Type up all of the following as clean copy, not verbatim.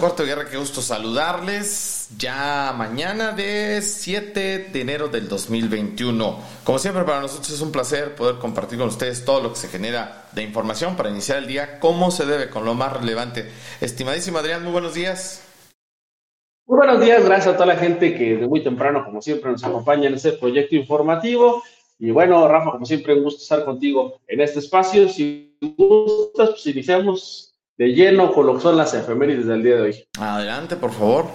Cuarto de Guerra, qué gusto saludarles. Ya mañana de 7 de enero del 2021. Como siempre, para nosotros es un placer poder compartir con ustedes todo lo que se genera de información para iniciar el día como se debe, con lo más relevante. Estimadísimo Adrián, muy buenos días. Muy buenos días, gracias a toda la gente que de muy temprano, como siempre, nos acompaña en este proyecto informativo. Y bueno, Rafa, como siempre, un gusto estar contigo en este espacio. Si gustas, pues iniciamos de lleno con lo que son las efemérides del día de hoy. Adelante, por favor.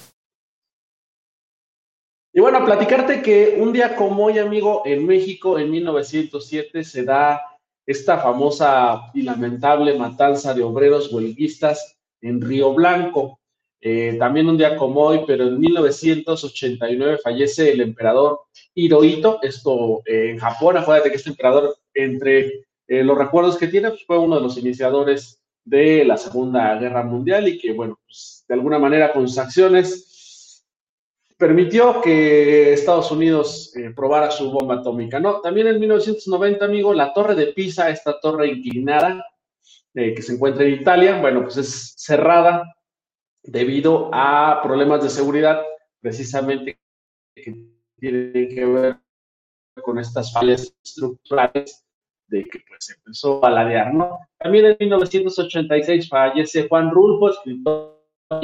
Y bueno, platicarte que un día como hoy, amigo, en México, en 1907, se da esta famosa y lamentable matanza de obreros huelguistas en Río Blanco. También un día como hoy, pero en 1989 fallece el emperador Hirohito, esto en Japón. Acuérdate que este emperador, entre los recuerdos que tiene, pues, fue uno de los iniciadores de la Segunda Guerra Mundial y que, bueno, pues de alguna manera con sus acciones permitió que Estados Unidos probara su bomba atómica, ¿no? También en 1990, amigo, la Torre de Pisa, esta torre inclinada que se encuentra en Italia, bueno, pues es cerrada debido a problemas de seguridad, precisamente que tienen que ver con estas fallas estructurales de que pues se empezó a ladear, ¿no? También en 1986 fallece Juan Rulfo, escritor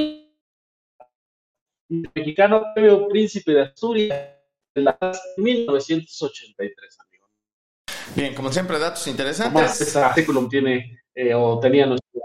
mexicano, premio Príncipe de Asturias en la 1983, amigo. Bien, como siempre, datos Más interesantes. ese artículo tiene o tenía nuestro.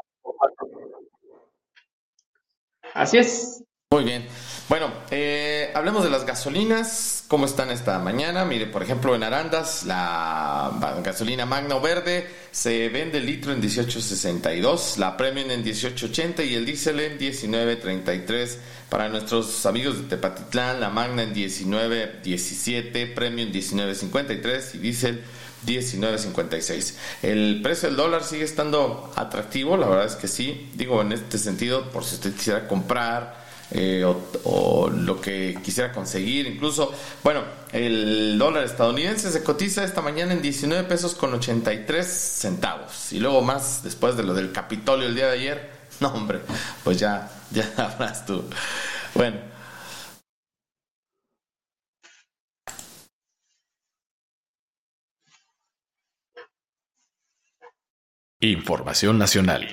Así es. Muy bien. Bueno, hablemos de las gasolinas. ¿Cómo están esta mañana? Mire, por ejemplo, en Arandas, la gasolina Magna o verde se vende el litro en 18.62, la Premium en 18.80 y el diésel en 19.33. Para nuestros amigos de Tepatitlán, la Magna en 19.17, Premium 19.53 y diésel 19.56. El precio del dólar sigue estando atractivo, la verdad es que sí. Digo, en este sentido, por si usted quisiera comprar o lo que quisiera conseguir, incluso, bueno, el dólar estadounidense se cotiza esta mañana en 19 pesos con 83 centavos. Y luego más, después de lo del Capitolio el día de ayer, no hombre, pues ya hablas tú. Bueno. Información nacional.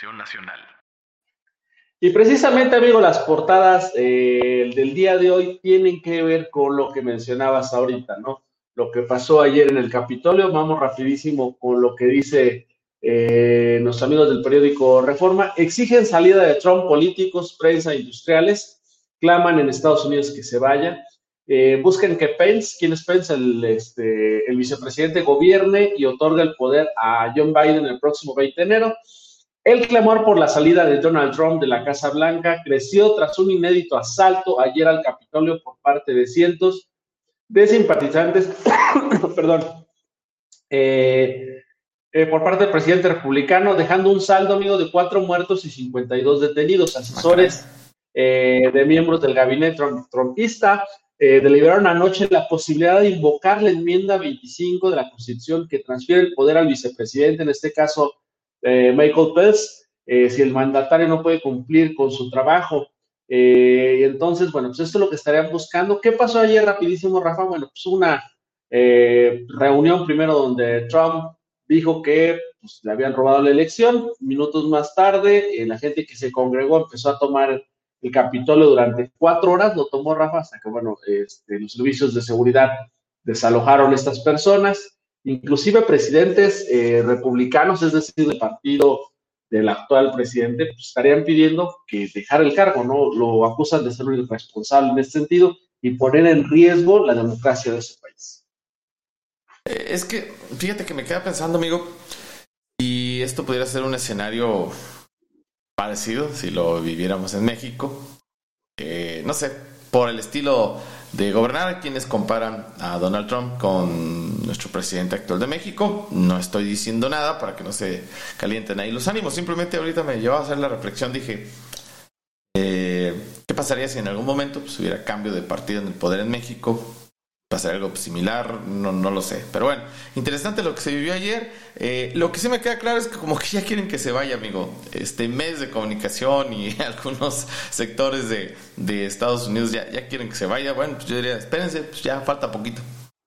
Y precisamente, amigo, las portadas del día de hoy tienen que ver con lo que mencionabas ahorita, ¿no? Lo que pasó ayer en el Capitolio. Vamos rapidísimo con lo que dice nuestros amigos del periódico Reforma. Exigen salida de Trump políticos, prensa, industriales. Claman en Estados Unidos que se vaya. Busquen que Pence, ¿quién es Pence? El vicepresidente, gobierne y otorga el poder a John Biden el próximo 20 de enero. El clamor por la salida de Donald Trump de la Casa Blanca creció tras un inédito asalto ayer al Capitolio por parte de cientos de simpatizantes, perdón, por parte del presidente republicano, dejando un saldo, amigo, de 4 muertos y 52 detenidos. Asesores de miembros del gabinete trumpista deliberaron anoche la posibilidad de invocar la enmienda 25 de la Constitución que transfiere el poder al vicepresidente, en este caso Michael Pence, si el mandatario no puede cumplir con su trabajo. Y entonces, bueno, pues esto es lo que estarían buscando. ¿Qué pasó ayer rapidísimo, Rafa? Bueno, pues una reunión primero donde Trump dijo que pues, le habían robado la elección. Minutos más tarde, la gente que se congregó empezó a tomar el Capitolio durante 4 horas, lo tomó Rafa, hasta que, bueno, los servicios de seguridad desalojaron a estas personas. Inclusive presidentes republicanos, es decir, del partido del actual presidente, pues, estarían pidiendo que dejara el cargo, ¿no? Lo acusan de ser un irresponsable en este sentido y poner en riesgo la democracia de ese país. Es que, fíjate que me queda pensando, amigo, y esto pudiera ser un escenario parecido si lo viviéramos en México. No sé, por el estilo de gobernar, quienes comparan a Donald Trump con nuestro presidente actual de México. No estoy diciendo nada para que no se calienten ahí los ánimos. Simplemente ahorita me llevaba a hacer la reflexión, dije, ¿qué pasaría si en algún momento pues, hubiera cambio de partido en el poder en México? pasar algo similar, no lo sé. Pero bueno, interesante lo que se vivió ayer. Lo que sí me queda claro es que como que ya quieren que se vaya, amigo. Medios de comunicación y algunos sectores de Estados Unidos ya quieren que se vaya. Bueno, pues yo diría, espérense, pues ya falta poquito.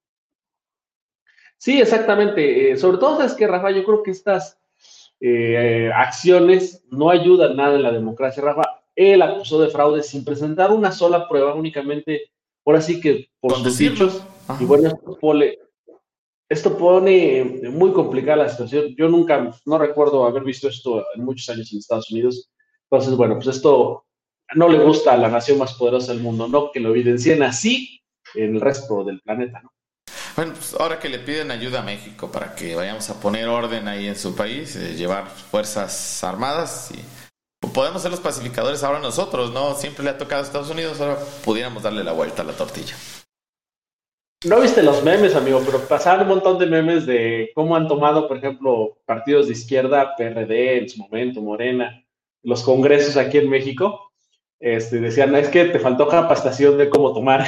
Sí, exactamente. Sobre todo, ¿sabes qué, Rafa? Yo creo que estas acciones no ayudan nada en la democracia, Rafa. Él acusó de fraude sin presentar una sola prueba, únicamente, por así que por Con sus decirlo. dichos. Ajá. Y bueno, esto pone muy complicada la situación. Yo nunca, no recuerdo haber visto esto en muchos años en Estados Unidos. Entonces, bueno, pues esto no le gusta a la nación más poderosa del mundo, ¿no? Que lo evidencien así en el resto del planeta, ¿no? Bueno, pues ahora que le piden ayuda a México para que vayamos a poner orden ahí en su país, llevar fuerzas armadas y podemos ser los pacificadores ahora nosotros, ¿no? Siempre le ha tocado a Estados Unidos, ahora pudiéramos darle la vuelta a la tortilla. No viste los memes, amigo, pero pasaron un montón de memes de cómo han tomado, por ejemplo, partidos de izquierda, PRD en su momento, Morena, los congresos aquí en México. Decían, es que te faltó capacitación de cómo tomar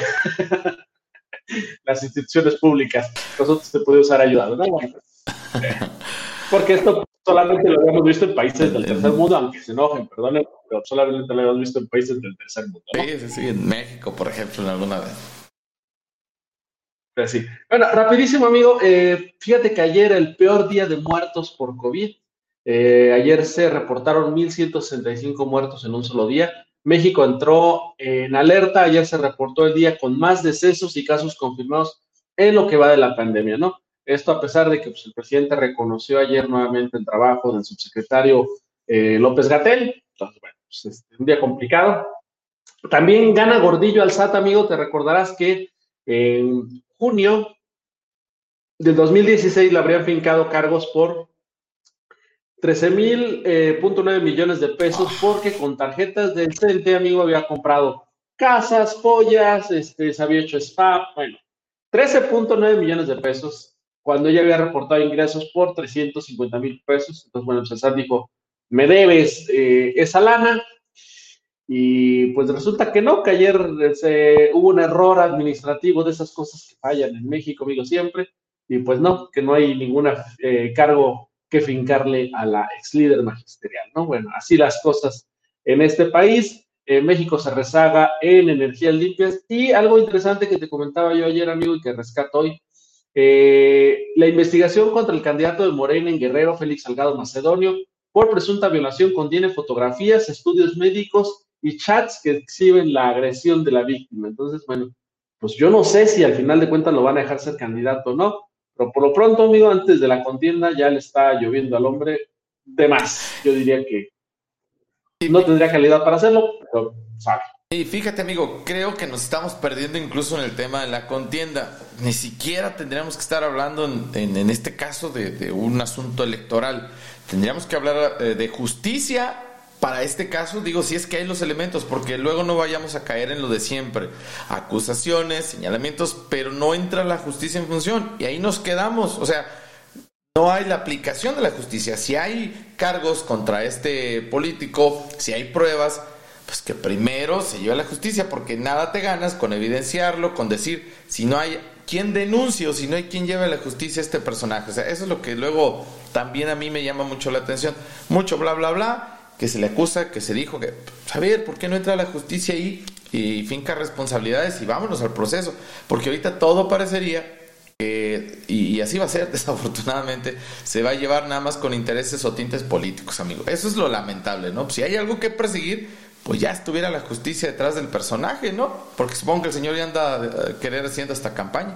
las instituciones públicas. Nosotros te podemos usar ayudado, ¿no? Bueno, porque esto solamente lo habíamos visto en países del tercer mundo, aunque se enojen, perdonen, pero solamente lo habíamos visto en países del tercer mundo, ¿no? Sí, en México, por ejemplo, en alguna vez. Pero sí. Bueno, rapidísimo, amigo. Fíjate que ayer el peor día de muertos por COVID. Ayer se reportaron 1,165 muertos en un solo día. México entró en alerta. Ayer se reportó el día con más decesos y casos confirmados en lo que va de la pandemia, ¿no? Esto a pesar de que pues, el presidente reconoció ayer nuevamente el trabajo del subsecretario López-Gatell. Entonces, bueno, pues, un día complicado. También gana Gordillo al SAT, amigo. Te recordarás que en junio del 2016 le habrían fincado cargos por 13,000.9 millones de pesos porque con tarjetas del CNT, amigo, había comprado casas, joyas, se había hecho spa, bueno, 13,9 millones de pesos cuando ella había reportado ingresos por 350,000 pesos. Entonces, bueno, César dijo, me debes esa lana. Y pues resulta que no, que ayer hubo un error administrativo de esas cosas que fallan en México, amigo, siempre. Y pues no, que no hay ningún cargo que fincarle a la ex líder magisterial, ¿no? Bueno, así las cosas en este país. México se rezaga en energías limpias. Y algo interesante que te comentaba yo ayer, amigo, y que rescato hoy, la investigación contra el candidato de Morena en Guerrero, Félix Salgado Macedonio, por presunta violación contiene fotografías, estudios médicos y chats que exhiben la agresión de la víctima. Entonces, bueno, pues yo no sé si al final de cuentas lo van a dejar ser candidato o no, pero por lo pronto, amigo, antes de la contienda ya le está lloviendo al hombre de más. Yo diría que no tendría calidad para hacerlo, pero sabe. Y fíjate, amigo, creo que nos estamos perdiendo incluso en el tema de la contienda. Ni siquiera tendríamos que estar hablando en este caso de un asunto electoral. Tendríamos que hablar de justicia para este caso, digo, si es que hay los elementos, porque luego no vayamos a caer en lo de siempre. Acusaciones, señalamientos, pero no entra la justicia en función. Y ahí nos quedamos. O sea, no hay la aplicación de la justicia. Si hay cargos contra este político, si hay pruebas, pues que primero se lleve a la justicia, porque nada te ganas con evidenciarlo, con decir, si no hay quien denuncie o si no hay quien lleve a la justicia a este personaje. O sea, eso es lo que luego también a mí me llama mucho la atención. Mucho bla, bla, bla, que se le acusa, que se dijo que, a ver, ¿por qué no entra la justicia ahí y finca responsabilidades y vámonos al proceso? Porque ahorita todo parecería y así va a ser, desafortunadamente, se va a llevar nada más con intereses o tintes políticos, amigo. Eso es lo lamentable, ¿no? Si hay algo que perseguir, pues ya estuviera la justicia detrás del personaje, ¿no? Porque supongo que el señor ya anda a querer haciendo esta campaña.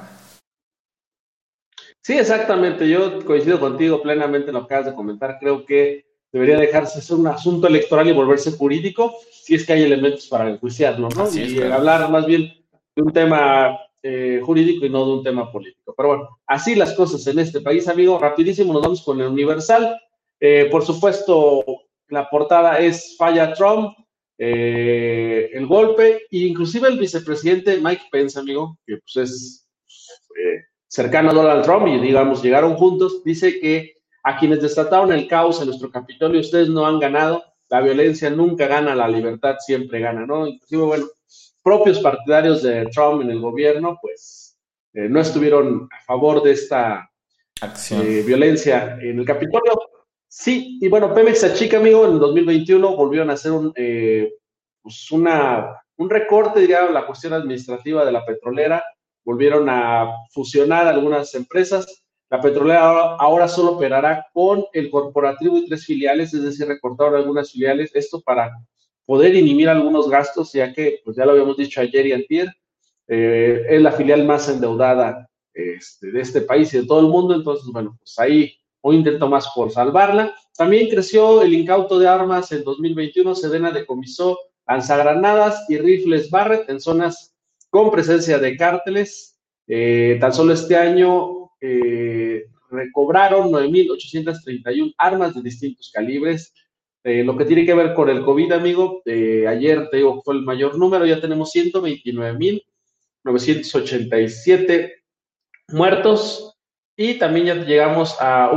Sí, exactamente. Yo coincido contigo plenamente en lo que acabas de comentar. Creo que debería dejarse ser un asunto electoral y volverse jurídico, si es que hay elementos para enjuiciarlo, ¿no? Así es, Y claro. hablar más bien de un tema jurídico y no de un tema político. Pero bueno, así las cosas en este país, amigo. Rapidísimo, nos vamos con el Universal. Por supuesto, la portada es Falla Trump, el golpe, e inclusive el vicepresidente Mike Pence, amigo, que pues es cercano a Donald Trump y digamos llegaron juntos, dice que a quienes desataron el caos en nuestro Capitolio ustedes no han ganado, la violencia nunca gana, la libertad siempre gana, ¿no? Inclusive, bueno, propios partidarios de Trump en el gobierno, pues no estuvieron a favor de esta acción, violencia en el Capitolio. Sí, y bueno, Pemex achica, amigo, en el 2021 volvieron a hacer pues un recorte, diría, la cuestión administrativa de la petrolera, volvieron a fusionar algunas empresas. La petrolera ahora solo operará con el corporativo y 3 filiales, es decir, recortaron algunas filiales, esto para poder inhibir algunos gastos, ya que, pues ya lo habíamos dicho ayer y antier, es la filial más endeudada de este país y de todo el mundo, entonces, bueno, pues ahí un intento más por salvarla. También creció el incauto de armas en 2021, Sedena decomisó lanzagranadas y rifles Barrett en zonas con presencia de cárteles. Tan solo este año recobraron 9.831 armas de distintos calibres. Lo que tiene que ver con el COVID, amigo, ayer te digo fue el mayor número, ya tenemos 129.987 muertos y también ya llegamos a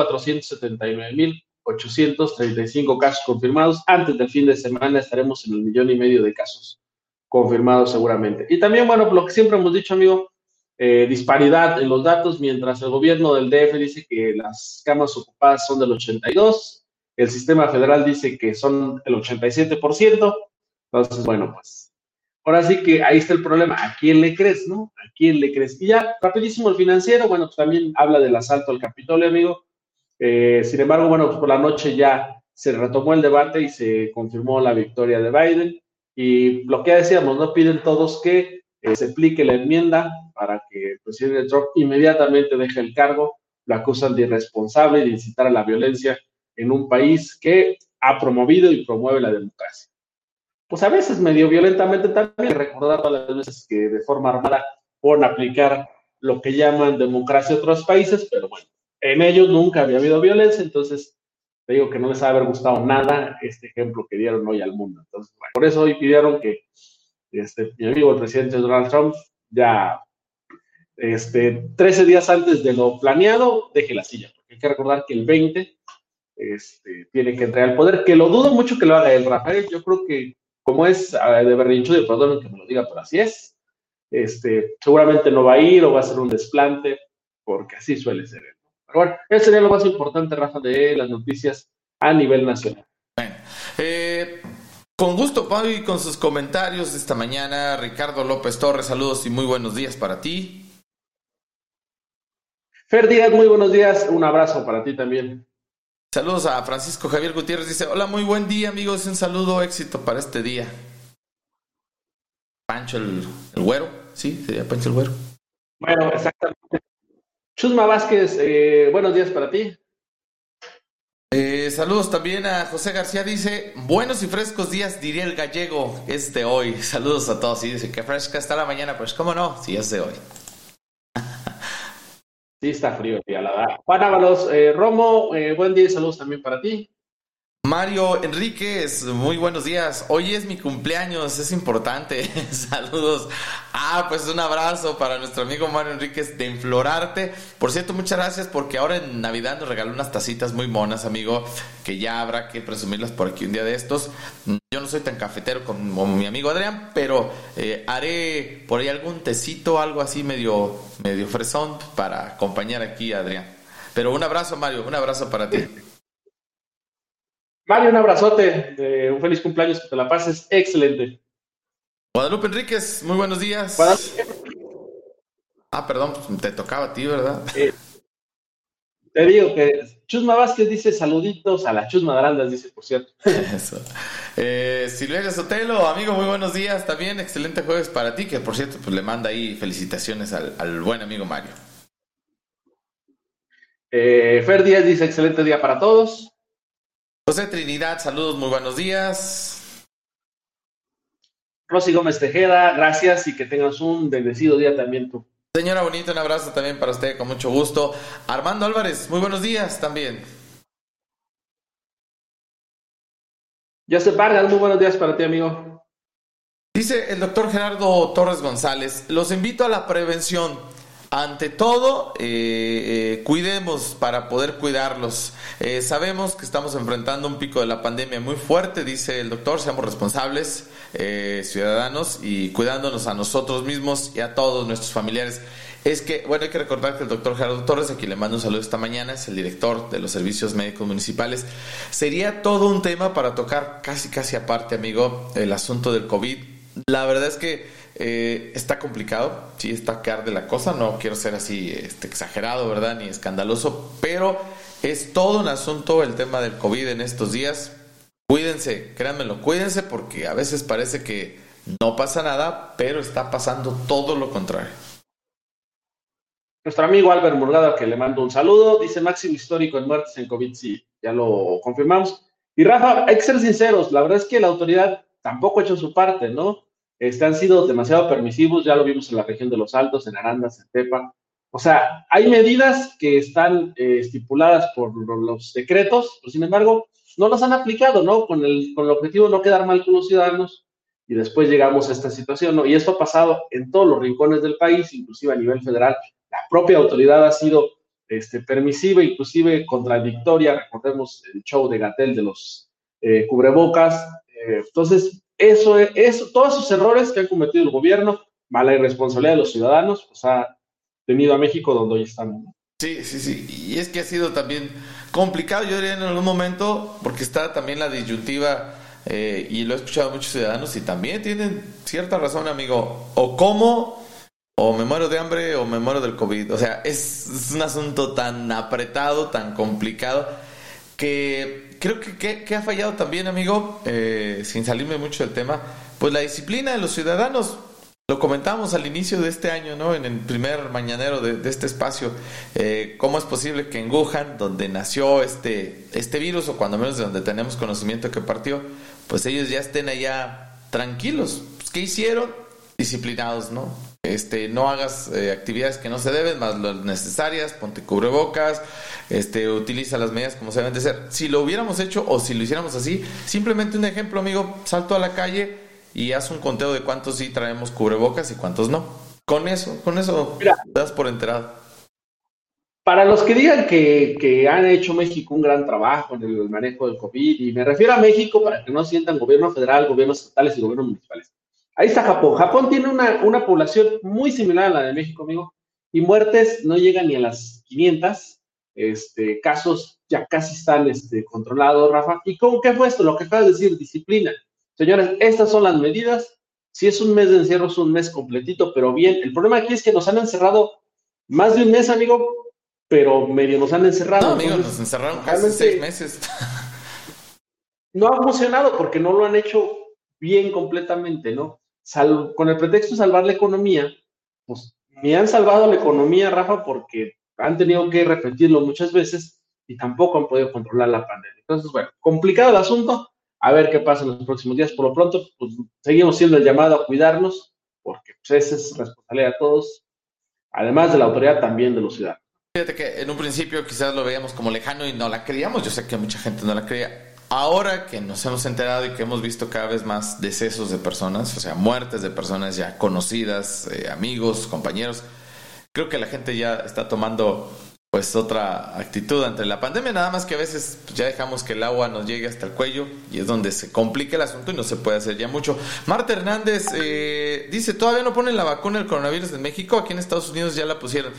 1.479.835 casos confirmados. Antes del fin de semana estaremos en el 1.5 millones de casos confirmados seguramente. Y también, bueno, lo que siempre hemos dicho, amigo, disparidad en los datos, mientras el gobierno del DF dice que las camas ocupadas son del 82%, el sistema federal dice que son el 87%, entonces, bueno, pues ahora sí que ahí está el problema. ¿A quién le crees, no? ¿A quién le crees? Y ya, rapidísimo, el Financiero, bueno, pues también habla del asalto al Capitolio, amigo. Sin embargo, bueno, pues por la noche ya se retomó el debate y se confirmó la victoria de Biden. Y lo que ya decíamos, ¿no? Piden todos que se aplique la enmienda para que el presidente Trump inmediatamente deje el cargo. Lo acusan de irresponsable y de incitar a la violencia en un país que ha promovido y promueve la democracia. Pues a veces medio violentamente también, recordar todas las veces que de forma armada pueden aplicar lo que llaman democracia a otros países, pero bueno, en ellos nunca había habido violencia, entonces te digo que no les ha haber gustado nada este ejemplo que dieron hoy al mundo. Entonces, bueno, por eso hoy pidieron que mi amigo el presidente Donald Trump ya 13 días antes de lo planeado deje la silla, porque hay que recordar que el 20 tiene que entrar al poder, que lo dudo mucho que lo haga él, Rafael. Yo creo que como es de berrinchudo, perdón que me lo diga, pero así es, seguramente no va a ir o va a ser un desplante, porque así suele ser. Pero bueno, eso sería lo más importante, Rafa, de las noticias a nivel nacional. Bueno, con gusto, Pablo, con sus comentarios esta mañana. Ricardo López Torres, saludos y muy buenos días para ti. Fer Díaz, muy buenos días, un abrazo para ti también. Saludos a Francisco Javier Gutiérrez, dice, hola, muy buen día, amigos, un saludo, éxito para este día. Pancho el Güero, sí, sería Pancho el Güero. Bueno, exactamente. Chusma Vázquez, buenos días para ti. Saludos también a José García, dice, buenos y frescos días, diría el gallego, es de hoy. Saludos a todos, y dice, que fresca está la mañana, pues cómo no, sí es de hoy. Sí, está frío, tía, la verdad. Juan Ábalos, Romo, buen día y saludos también para ti. Mario Enríquez, muy buenos días. Hoy es mi cumpleaños, es importante. Saludos. Pues un abrazo para nuestro amigo Mario Enríquez de Enflorarte. Por cierto, muchas gracias porque ahora en Navidad nos regaló unas tacitas muy monas, amigo, que ya habrá que presumirlas por aquí un día de estos. Yo no soy tan cafetero como mi amigo Adrián, pero haré por ahí algún tecito, algo así medio fresón para acompañar aquí a Adrián. Pero un abrazo, Mario, un abrazo para ti. Mario, un abrazote, un feliz cumpleaños, que te la pases excelente. Guadalupe Enríquez, muy buenos días. Perdón, pues te tocaba a ti, ¿verdad? Te digo que Chusma Vázquez dice saluditos a la Chusma de Arandas, dice, por cierto. Eso. Silveria Sotelo, amigo, muy buenos días, también excelente jueves para ti, que por cierto, pues le manda ahí felicitaciones al buen amigo Mario. Fer Díaz dice excelente día para todos. José Trinidad, saludos, muy buenos días. Rosy Gómez Tejeda, gracias y que tengas un bendecido día también tú. Señora Bonita, un abrazo también para usted, con mucho gusto. Armando Álvarez, muy buenos días también. Joseph Vargas, muy buenos días para ti, amigo. Dice el doctor Gerardo Torres González, los invito a la prevención. ante todo, cuidemos para poder cuidarlos. Sabemos que estamos enfrentando un pico de la pandemia muy fuerte, dice el doctor, seamos responsables, ciudadanos, y cuidándonos a nosotros mismos y a todos nuestros familiares. Es que, bueno, hay que recordar que el doctor Gerardo Torres, a quien le mando un saludo esta mañana, es el director de los servicios médicos municipales. Sería todo un tema para tocar casi aparte, amigo, el asunto del COVID. La verdad es que está complicado, sí, está que arde la cosa, no quiero ser así exagerado, ¿verdad? Ni escandaloso, pero es todo un asunto el tema del COVID en estos días. Cuídense, créanmelo, cuídense, porque a veces parece que no pasa nada, pero está pasando todo lo contrario. Nuestro amigo Albert Murgado, que le mando un saludo, dice máximo histórico en muertes en COVID, sí, ya lo confirmamos. Y Rafa, hay que ser sinceros, la verdad es que la autoridad tampoco ha hecho su parte, ¿no? Han sido demasiado permisivos, ya lo vimos en la región de Los Altos, en Arandas, en Tepa. O sea, hay medidas que están estipuladas por los decretos, pero sin embargo, no las han aplicado, ¿no? Con el objetivo de no quedar mal con los ciudadanos, y después llegamos a esta situación, ¿no? Y esto ha pasado en todos los rincones del país, inclusive a nivel federal. La propia autoridad ha sido permisiva, inclusive contradictoria. Recordemos el show de Gatell de los cubrebocas. Entonces, eso, todos esos errores que han cometido el gobierno, mala irresponsabilidad de los ciudadanos, pues ha tenido a México donde hoy estamos, ¿no? Sí. Y es que ha sido también complicado, yo diría en algún momento, porque está también la disyuntiva, y lo he escuchado a muchos ciudadanos y también tienen cierta razón, amigo. O como, o me muero de hambre, o me muero del COVID. O sea, es un asunto tan apretado, tan complicado, que creo que ha fallado también, amigo, sin salirme mucho del tema, pues la disciplina de los ciudadanos. Lo comentábamos al inicio de este año, ¿no? En el primer mañanero de este espacio. ¿Cómo es posible que en Wuhan, donde nació este virus, o cuando menos de donde tenemos conocimiento que partió, pues ellos ya estén allá tranquilos? Pues, ¿qué hicieron? Disciplinados, ¿no? No hagas actividades que no se deben, más las necesarias, ponte cubrebocas, utiliza las medidas como se deben de ser. Si lo hubiéramos hecho, o si lo hiciéramos así, simplemente un ejemplo, amigo, salto a la calle y haz un conteo de cuántos sí traemos cubrebocas y cuántos no. Con eso mira, das por enterado. Para los que digan que han hecho México un gran trabajo en el manejo del COVID, y me refiero a México para que no sientan gobierno federal, gobiernos estatales y gobiernos municipales. Ahí está Japón. Japón tiene una población muy similar a la de México, amigo, y muertes no llegan ni a las 500. Casos ya casi están controlados, Rafa. ¿Y qué fue esto? Lo que acabas de decir, disciplina. Señores, estas son las medidas. Si es un mes de encierro, es un mes completito, pero bien. El problema aquí es que nos han encerrado más de un mes, amigo, pero medio nos han encerrado. No, amigo, nos encerraron casi 6 meses. No ha funcionado porque no lo han hecho bien completamente, ¿no? Con el pretexto de salvar la economía, pues me han salvado la economía, Rafa, porque han tenido que repetirlo muchas veces y tampoco han podido controlar la pandemia. Entonces, bueno, complicado el asunto. A ver qué pasa en los próximos días. Por lo pronto, pues seguimos siendo el llamado a cuidarnos, porque pues, esa es responsabilidad de todos, además de la autoridad, también de los ciudadanos. Fíjate que en un principio quizás lo veíamos como lejano y no la creíamos. Yo sé que mucha gente no la creía. Ahora que nos hemos enterado y que hemos visto cada vez más decesos de personas, o sea, muertes de personas ya conocidas, amigos, compañeros, creo que la gente ya está tomando pues otra actitud ante la pandemia, nada más que a veces pues, ya dejamos que el agua nos llegue hasta el cuello y es donde se complica el asunto y no se puede hacer ya mucho. Marta Hernández dice, todavía no ponen la vacuna del coronavirus en México, aquí en Estados Unidos ya la pusieron.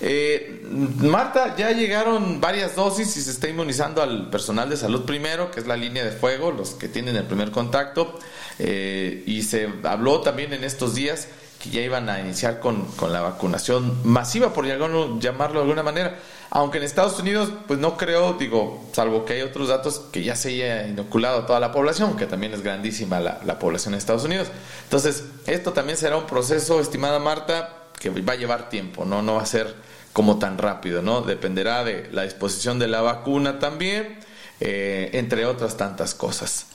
Marta, ya llegaron varias dosis y se está inmunizando al personal de salud primero, que es la línea de fuego, los que tienen el primer contacto, y se habló también en estos días que ya iban a iniciar con la vacunación masiva, por llamarlo de alguna manera, aunque en Estados Unidos pues no creo, salvo que hay otros datos, que ya se haya inoculado a toda la población, que también es grandísima la población de Estados Unidos. Entonces esto también será un proceso, estimada Marta, que va a llevar tiempo, no va a ser como tan rápido, ¿no? Dependerá de la disposición de la vacuna también, entre otras tantas cosas.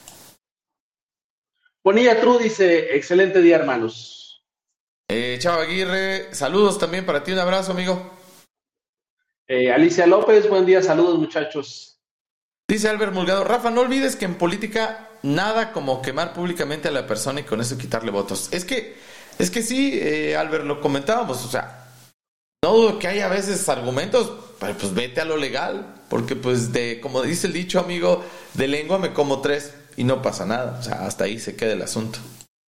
Bonilla Tru dice, excelente día, hermanos. Chava Aguirre, saludos también para ti, un abrazo, amigo. Alicia López, buen día, saludos, muchachos. Dice Albert Mulgado, Rafa, no olvides que en política nada como quemar públicamente a la persona y con eso quitarle votos. Es que sí, Albert, lo comentábamos, o sea, No dudo que hay a veces argumentos, pero pues vete a lo legal, porque pues como dice el dicho, amigo, de lengua me como tres y no pasa nada, o sea, hasta ahí se queda el asunto.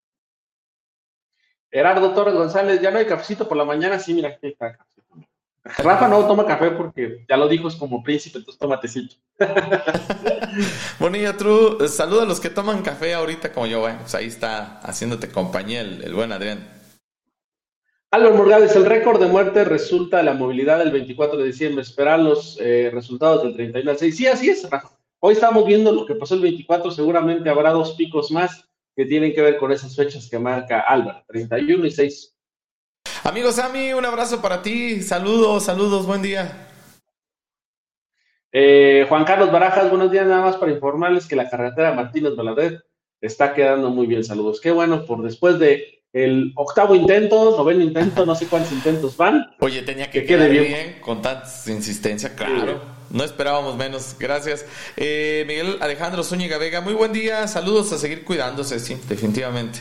Gerardo Torres González, ya no hay cafecito por la mañana, sí, mira, aquí está café. Rafa no toma café porque ya lo dijo, es como príncipe, entonces toma tecito. Bonilla True, saluda a los que toman café ahorita como yo, pues ahí está haciéndote compañía el buen Adrián. Álvaro Morgades, el récord de muerte resulta de la movilidad del 24 de diciembre. Esperan los resultados del 31 al 6. Sí, así es, Rafa. Hoy estamos viendo lo que pasó el 24. Seguramente habrá 2 picos más que tienen que ver con esas fechas que marca Álvaro, 31 y 6. Amigo Sammy, un abrazo para ti. Saludos, buen día. Juan Carlos Barajas, buenos días. Nada más para informarles que la carretera Martínez Baladet está quedando muy bien. Saludos. Qué bueno, por después de el 8º intento, 9º intento, no sé cuántos intentos van. Oye, tenía que quedar bien con tanta insistencia, claro. Sí. No esperábamos menos. Gracias. Miguel Alejandro Zúñiga Vega, muy buen día. Saludos, a seguir cuidándose, sí, definitivamente.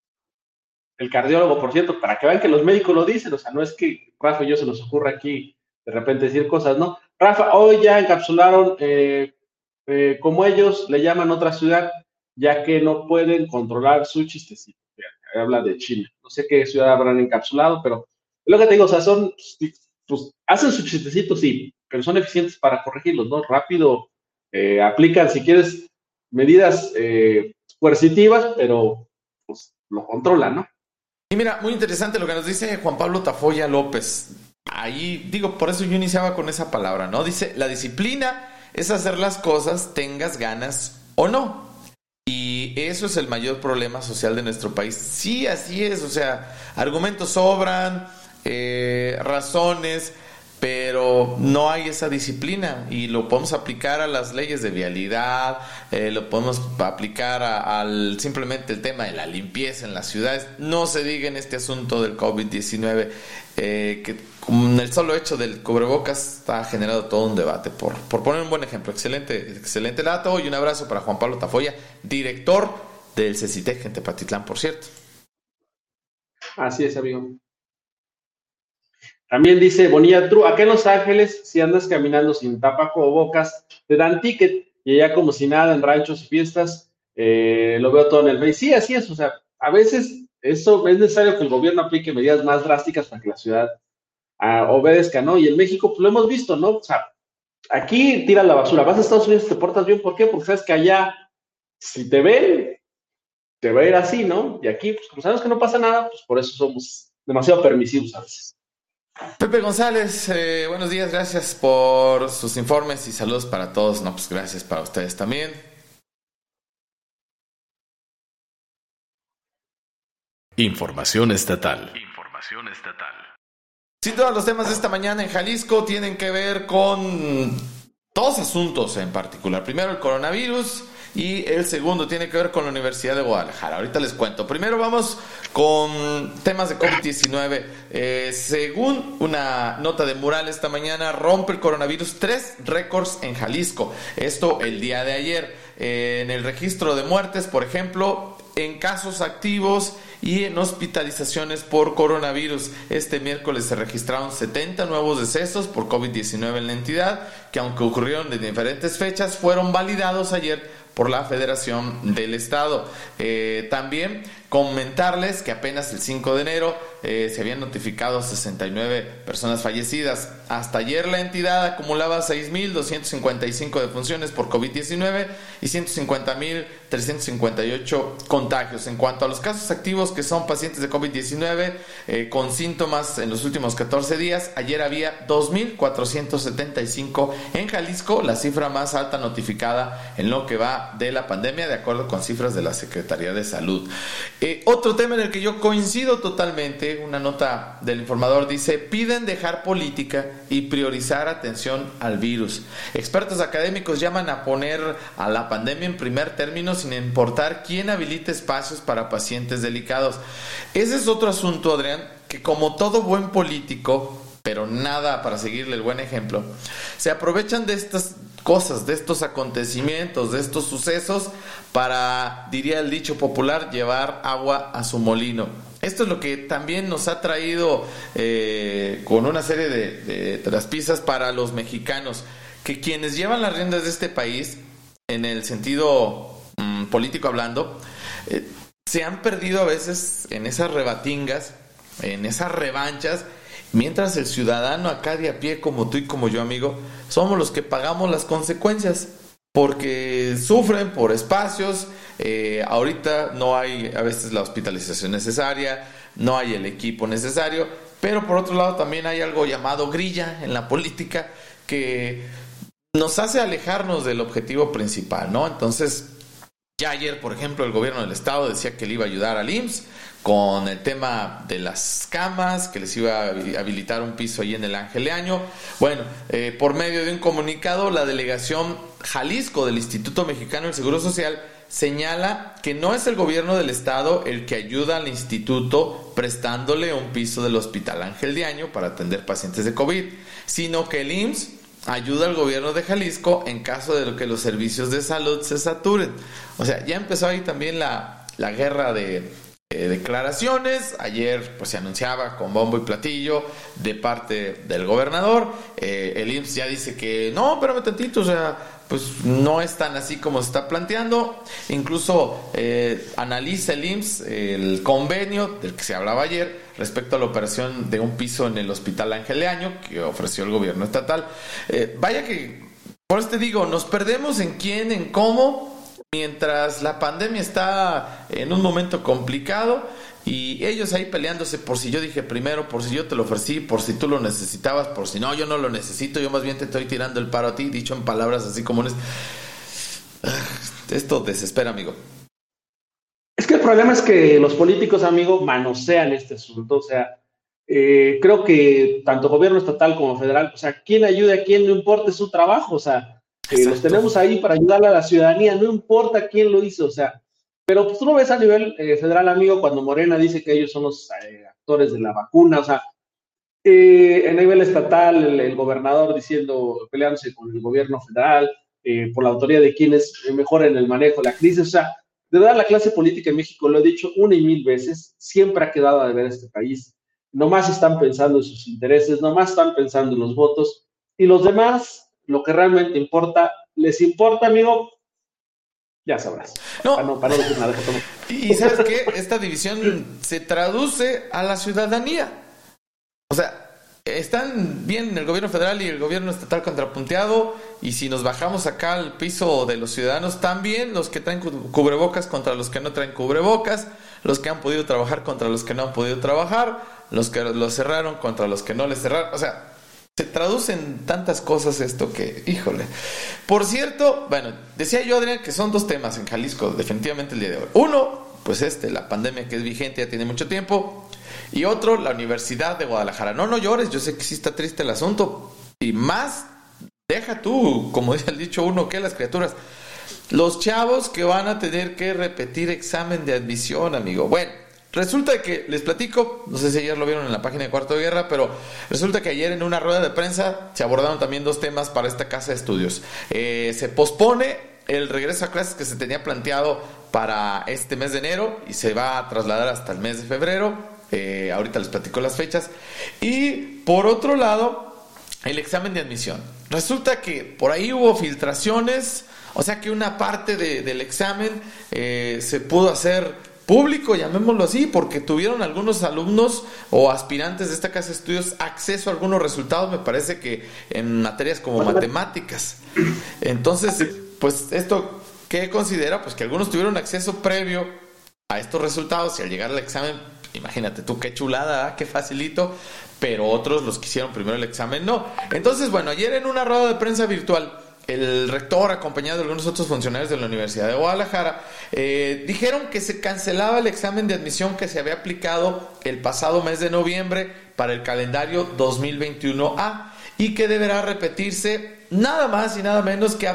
El cardiólogo, por cierto, para que vean que los médicos lo dicen, o sea, no es que Rafa y yo se nos ocurra aquí de repente decir cosas, ¿no? Rafa, hoy ya encapsularon, como ellos le llaman otra ciudad, ya que no pueden controlar su chistecito. Habla de China. No sé qué ciudad habrán encapsulado, pero es lo que te digo, o sea, son, pues, hacen su chistecito, sí, pero son eficientes para corregirlos, ¿no? Rápido aplican, si quieres, medidas coercitivas, pero pues lo controlan, ¿no? Y mira, muy interesante lo que nos dice Juan Pablo Tafoya López. Ahí, digo, por eso yo iniciaba con esa palabra, ¿no? Dice, la disciplina es hacer las cosas, tengas ganas o no. Y eso es el mayor problema social de nuestro país. Sí, así es, o sea, argumentos sobran, razones, pero no hay esa disciplina y lo podemos aplicar a las leyes de vialidad, lo podemos aplicar al simplemente el tema de la limpieza en las ciudades. No se diga en este asunto del COVID-19, que con el solo hecho del cubrebocas ha generado todo un debate. Por poner un buen ejemplo, excelente dato, y un abrazo para Juan Pablo Tafoya, director del CECITEC en Tepatitlán, por cierto. Así es, amigo. También dice Bonilla True, acá en Los Ángeles, si andas caminando sin tapabocas, te dan ticket, y allá como si nada, en ranchos y fiestas, lo veo todo en el Face. Sí, así es, o sea, a veces eso es necesario que el gobierno aplique medidas más drásticas para que la ciudad obedezca, ¿no? Y en México, pues lo hemos visto, ¿no? O sea, aquí tiras la basura, vas a Estados Unidos, te portas bien, ¿por qué? Porque sabes que allá, si te ven, te va a ir así, ¿no? Y aquí, pues como sabemos que no pasa nada, pues por eso somos demasiado permisivos a veces. Pepe González, buenos días, gracias por sus informes y saludos para todos. No, pues gracias para ustedes también. Información estatal. Sin duda, los temas de esta mañana en Jalisco tienen que ver con dos asuntos en particular. Primero, el coronavirus, y el segundo tiene que ver con la Universidad de Guadalajara. Ahorita les cuento. Primero vamos con temas de COVID-19. Según una nota de Mural esta mañana, rompe el coronavirus 3 récords en Jalisco. Esto el día de ayer. En el registro de muertes, por ejemplo, en casos activos y en hospitalizaciones por coronavirus. Este miércoles se registraron 70 nuevos decesos por COVID-19 en la entidad, que aunque ocurrieron de diferentes fechas, fueron validados ayer por la Federación del Estado. También comentarles que apenas el 5 de enero se habían notificado 69 personas fallecidas. Hasta ayer la entidad acumulaba 6.255 defunciones por COVID-19 y 150.358 contagios. En cuanto a los casos activos, que son pacientes de COVID-19 con síntomas en los últimos 14 días, ayer había 2.475 en Jalisco, la cifra más alta notificada en lo que va de la pandemia, de acuerdo con cifras de la Secretaría de Salud. Otro tema en el que yo coincido totalmente, una nota del Informador dice: piden dejar política y priorizar atención al virus. Expertos académicos llaman a poner a la pandemia en primer término sin importar quién habilite espacios para pacientes delicados. Ese es otro asunto, Adrián, que como todo buen político, pero nada para seguirle el buen ejemplo, se aprovechan de estas cosas, de estos acontecimientos, de estos sucesos para, diría el dicho popular, llevar agua a su molino. esto es lo que también nos ha traído con una serie de traspiezas para los mexicanos, que quienes llevan las riendas de este país, en el sentido político hablando, se han perdido a veces en esas rebatingas, en esas revanchas, mientras el ciudadano acá de a pie, como tú y como yo, amigo, somos los que pagamos las consecuencias, porque sufren por espacios. Ahorita no hay a veces la hospitalización necesaria, no hay el equipo necesario, pero por otro lado también hay algo llamado grilla en la política que nos hace alejarnos del objetivo principal, ¿no? Entonces, ya ayer, por ejemplo, el gobierno del estado decía que le iba a ayudar al IMSS con el tema de las camas, que les iba a habilitar un piso ahí en el Ángel de Año. Bueno, por medio de un comunicado, la delegación Jalisco del Instituto Mexicano del Seguro Social señala que no es el gobierno del estado el que ayuda al instituto prestándole un piso del Hospital Ángel de Año para atender pacientes de COVID, sino que el IMSS ayuda al gobierno de Jalisco en caso de que los servicios de salud se saturen. O sea, ya empezó ahí también la guerra de declaraciones. Ayer pues se anunciaba con bombo y platillo de parte del gobernador. El IMSS ya dice que no, espérame tantito, o sea, pues no es tan así como se está planteando. Incluso analiza el IMSS el convenio del que se hablaba ayer respecto a la operación de un piso en el Hospital Ángel de Año que ofreció el gobierno estatal. Vaya que, por eso te digo, nos perdemos en quién, en cómo, mientras la pandemia está en un momento complicado y ellos ahí peleándose por si yo dije primero, por si yo te lo ofrecí, por si tú lo necesitabas, por si no, yo no lo necesito, yo más bien te estoy tirando el paro a ti, dicho en palabras así comunes. Esto desespera, amigo. Es que el problema es que los políticos, amigo, manosean este asunto. O sea, creo que tanto gobierno estatal como federal, o sea, quién ayude a quién, no importa, es su trabajo. O sea, los tenemos ahí para ayudarle a la ciudadanía, no importa quién lo hizo. O sea, pero pues tú lo ves a nivel federal, amigo, cuando Morena dice que ellos son los actores de la vacuna. O sea, a nivel estatal, el gobernador diciendo, peleándose con el gobierno federal por la autoría de quienes mejoren el manejo de la crisis. O sea, de verdad, la clase política en México, lo he dicho una y mil veces, siempre ha quedado a deber este país. Nomás están pensando en sus intereses, nomás están pensando en los votos, y los demás, lo que realmente importa, les importa, amigo, ya sabrás. No. Para no decir nada. Y ¿sabes qué? Esta división se traduce a la ciudadanía. O sea, están bien el gobierno federal y el gobierno estatal contrapunteado, y si nos bajamos acá al piso de los ciudadanos, también los que traen cubrebocas contra los que no traen cubrebocas, los que han podido trabajar contra los que no han podido trabajar, los que los cerraron contra los que no les cerraron. O sea, se traduce en tantas cosas esto que, híjole. Por cierto, bueno, decía yo, Adrián, que son dos temas en Jalisco definitivamente el día de hoy. Uno, pues la pandemia que es vigente, ya tiene mucho tiempo. Y otro, la Universidad de Guadalajara. No llores, yo sé que sí está triste el asunto. Y más, deja tú, como dice el dicho uno, que las criaturas. Los chavos que van a tener que repetir examen de admisión, amigo. Bueno, resulta que, les platico, no sé si ayer lo vieron en la página de Cuarto de Guerra, pero resulta que ayer en una rueda de prensa se abordaron también dos temas para esta casa de estudios. Se pospone el regreso a clases que se tenía planteado para este mes de enero y se va a trasladar hasta el mes de febrero. Ahorita les platico las fechas. Y por otro lado, el examen de admisión. Resulta que por ahí hubo filtraciones, o sea que una parte del examen se pudo hacer público, llamémoslo así, porque tuvieron algunos alumnos o aspirantes de esta casa de estudios acceso a algunos resultados, me parece que en materias como matemáticas. Entonces, pues esto, ¿qué considera? Pues que algunos tuvieron acceso previo a estos resultados y al llegar al examen, imagínate tú qué chulada, qué facilito, pero otros los que hicieron primero el examen no. Entonces, bueno, ayer en una rueda de prensa virtual, el rector, acompañado de algunos otros funcionarios de la Universidad de Guadalajara, dijeron que se cancelaba el examen de admisión que se había aplicado el pasado mes de noviembre para el calendario 2021A y que deberá repetirse nada más y nada menos que a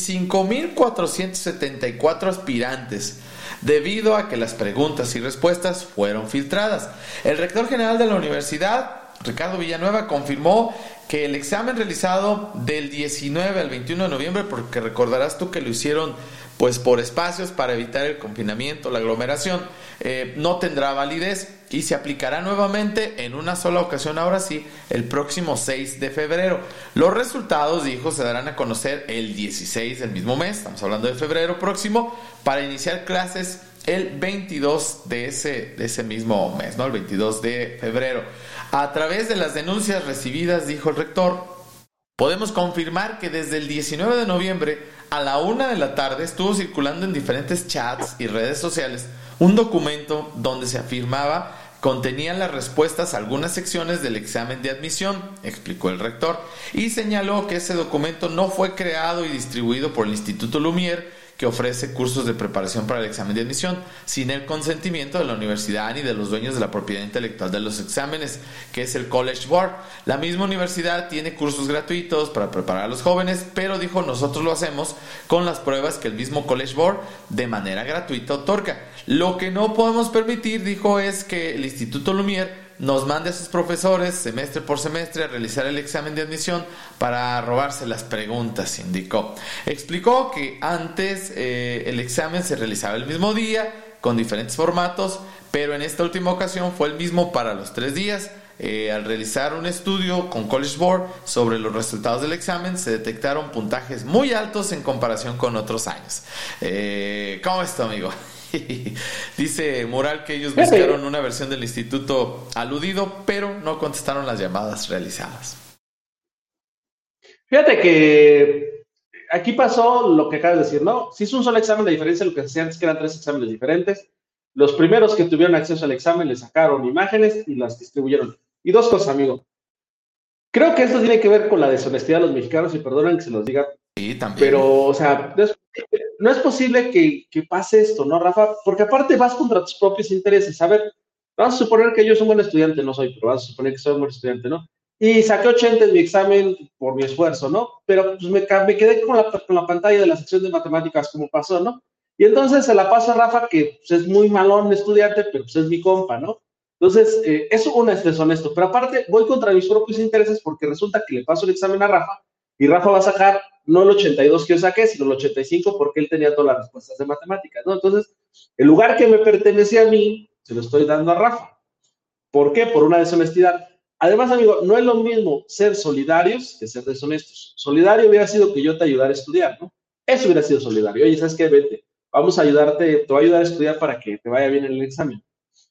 25,474 aspirantes, debido a que las preguntas y respuestas fueron filtradas. El rector general de la universidad, Ricardo Villanueva, confirmó que el examen realizado del 19 al 21 de noviembre, porque recordarás tú que lo hicieron pues por espacios para evitar el confinamiento, la aglomeración, no tendrá validez y se aplicará nuevamente en una sola ocasión, ahora sí, el próximo 6 de febrero. Los resultados, dijo, se darán a conocer el 16 del mismo mes, estamos hablando de febrero próximo, para iniciar clases el 22 de ese mismo mes, ¿no? El 22 de febrero. A través de las denuncias recibidas, dijo el rector, podemos confirmar que desde el 19 de noviembre a la 1 de la tarde estuvo circulando en diferentes chats y redes sociales un documento donde se afirmaba contenía las respuestas a algunas secciones del examen de admisión, explicó el rector, y señaló que ese documento no fue creado y distribuido por el Instituto Lumière, que ofrece cursos de preparación para el examen de admisión, sin el consentimiento de la universidad ni de los dueños de la propiedad intelectual de los exámenes, que es el College Board. La misma universidad tiene cursos gratuitos para preparar a los jóvenes, pero dijo, nosotros lo hacemos con las pruebas que el mismo College Board de manera gratuita otorga. Lo que no podemos permitir, dijo, es que el Instituto Lumière nos mande a sus profesores semestre por semestre a realizar el examen de admisión para robarse las preguntas, indicó. Explicó que antes el examen se realizaba el mismo día, con diferentes formatos, pero en esta última ocasión fue el mismo para los 3 días. Al realizar un estudio con College Board sobre los resultados del examen, se detectaron puntajes muy altos en comparación con otros años. ¿Cómo está, amigo? Dice Mural que ellos buscaron una versión del instituto aludido, pero no contestaron las llamadas realizadas. Fíjate que aquí pasó lo que acabas de decir, ¿no? Se hizo un solo examen de diferencia, lo que decía antes que eran 3 exámenes diferentes. Los primeros que tuvieron acceso al examen le sacaron imágenes y las distribuyeron. Y 2 cosas, amigo. Creo que esto tiene que ver con la deshonestidad de los mexicanos, y perdonen que se los diga. Sí, también. Pero, o sea, no es posible que pase esto, ¿no, Rafa? Porque aparte vas contra tus propios intereses. A ver, vamos a suponer que yo soy un buen estudiante, no soy, pero vamos a suponer que soy un buen estudiante, ¿no? Y saqué 80 en mi examen por mi esfuerzo, ¿no? Pero pues me quedé con la pantalla de la sección de matemáticas como pasó, ¿no? Y entonces se la paso a Rafa, que pues, es muy malón estudiante, pero pues es mi compa, ¿no? Entonces, eso una es deshonesto. Pero aparte, voy contra mis propios intereses porque resulta que le paso el examen a Rafa y Rafa va a sacar no el 82 que yo saqué, sino el 85 porque él tenía todas las respuestas de matemáticas, ¿no? Entonces, el lugar que me pertenecía a mí, se lo estoy dando a Rafa. ¿Por qué? Por una deshonestidad. Además, amigo, no es lo mismo ser solidarios que ser deshonestos. Solidario hubiera sido que yo te ayudara a estudiar, ¿no? Eso hubiera sido solidario. Oye, ¿sabes qué? Vente, vamos a ayudarte, te voy a ayudar a estudiar para que te vaya bien en el examen.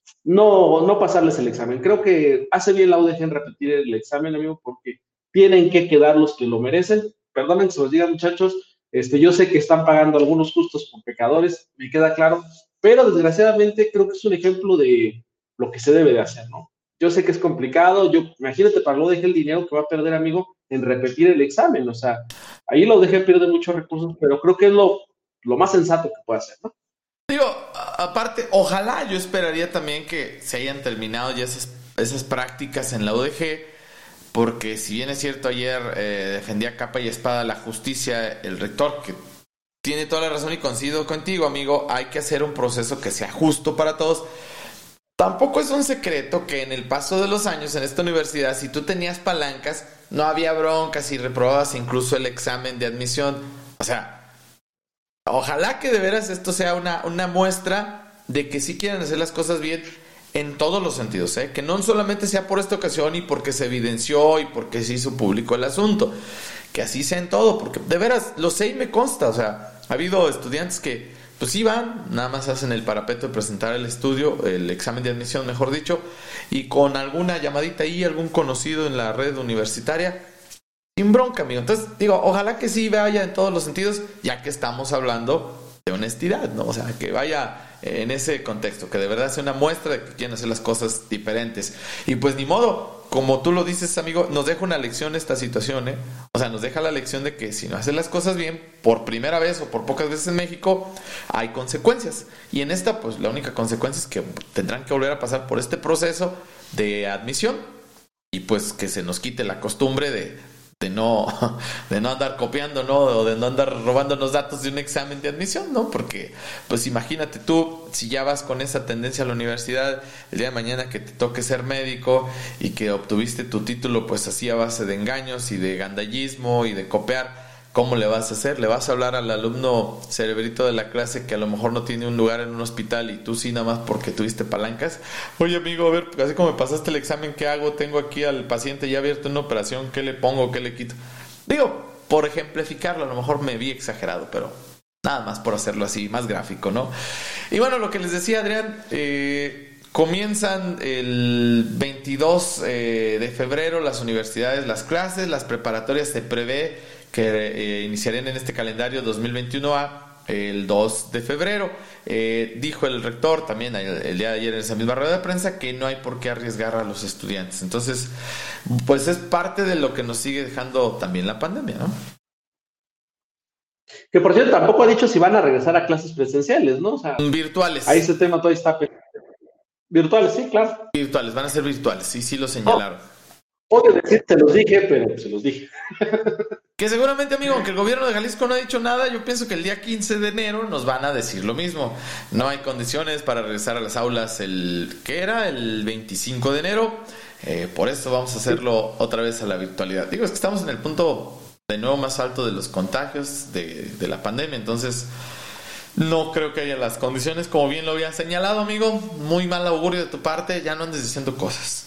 No pasarles el examen. Creo que hace bien la UDG en repetir el examen, amigo, porque tienen que quedar los que lo merecen. Perdonen que se los diga, muchachos. Yo sé que están pagando algunos justos por pecadores, me queda claro, pero desgraciadamente creo que es un ejemplo de lo que se debe de hacer, ¿no? Yo sé que es complicado, imagínate para la UDG el dinero que va a perder, amigo, en repetir el examen. O sea, ahí la UDG pierde muchos recursos, pero creo que es lo más sensato que puede hacer, ¿no? Digo, aparte, ojalá, yo esperaría también que se hayan terminado ya esas prácticas en la UDG, porque si bien es cierto, ayer defendía capa y espada la justicia el rector, que tiene toda la razón y coincido contigo, amigo, hay que hacer un proceso que sea justo para todos. Tampoco es un secreto que en el paso de los años en esta universidad, si tú tenías palancas, no había broncas y reprobabas incluso el examen de admisión. O sea, ojalá que de veras esto sea una muestra de que sí quieren hacer las cosas bien en todos los sentidos, ¿eh? Que no solamente sea por esta ocasión y porque se evidenció y porque se hizo público el asunto, que así sea en todo, porque de veras lo sé y me consta. O sea, ha habido estudiantes que pues sí van, nada más hacen el parapeto de presentar el estudio, el examen de admisión, mejor dicho, y con alguna llamadita ahí, algún conocido en la red universitaria, sin bronca, amigo. Entonces, digo, ojalá que sí vaya en todos los sentidos, ya que estamos hablando de honestidad, ¿no? O sea, que vaya en ese contexto, que de verdad sea una muestra de que quieren hacer las cosas diferentes. Y pues ni modo, como tú lo dices, amigo, nos deja una lección esta situación, ¿eh? O sea, nos deja la lección de que si no haces las cosas bien, por primera vez o por pocas veces en México, hay consecuencias. Y en esta, pues la única consecuencia es que tendrán que volver a pasar por este proceso de admisión y pues que se nos quite la costumbre de no andar copiando, ¿no? O de no andar robándonos datos de un examen de admisión, ¿no? Porque, pues imagínate tú, si ya vas con esa tendencia a la universidad, el día de mañana que te toque ser médico y que obtuviste tu título, pues así a base de engaños y de gandallismo y de copiar ¿cómo le vas a hacer? ¿Le vas a hablar al alumno cerebrito de la clase que a lo mejor no tiene un lugar en un hospital y tú sí nada más porque tuviste palancas? Oye, amigo, a ver, así como me pasaste el examen, ¿qué hago? Tengo aquí al paciente ya abierto en una operación, ¿qué le pongo? ¿Qué le quito? Digo, por ejemplificarlo, a lo mejor me vi exagerado, pero nada más por hacerlo así, más gráfico, ¿no? Y bueno, lo que les decía, Adrián, comienzan el 22 de febrero las universidades, las clases, las preparatorias se prevé que iniciarían en este calendario 2021A el 2 de febrero. Dijo el rector también el día de ayer en esa misma rueda de prensa que no hay por qué arriesgar a los estudiantes. Entonces, pues es parte de lo que nos sigue dejando también la pandemia, ¿no? Que por cierto, tampoco ha dicho si van a regresar a clases presenciales, ¿no? O sea, virtuales. ahí ese tema todavía está virtuales, sí, claro. Virtuales, van a ser virtuales, sí lo señalaron. Odio decir, se los dije, pero se los dije. Que seguramente, amigo, aunque el gobierno de Jalisco no ha dicho nada, yo pienso que el día 15 de enero nos van a decir lo mismo. No hay condiciones para regresar a las aulas el 25 de enero. Por eso vamos a hacerlo otra vez a la virtualidad. Digo, es que estamos en el punto de nuevo más alto de los contagios de la pandemia, entonces no creo que haya las condiciones, como bien lo había señalado, amigo. Muy mal augurio de tu parte, ya no andes diciendo cosas.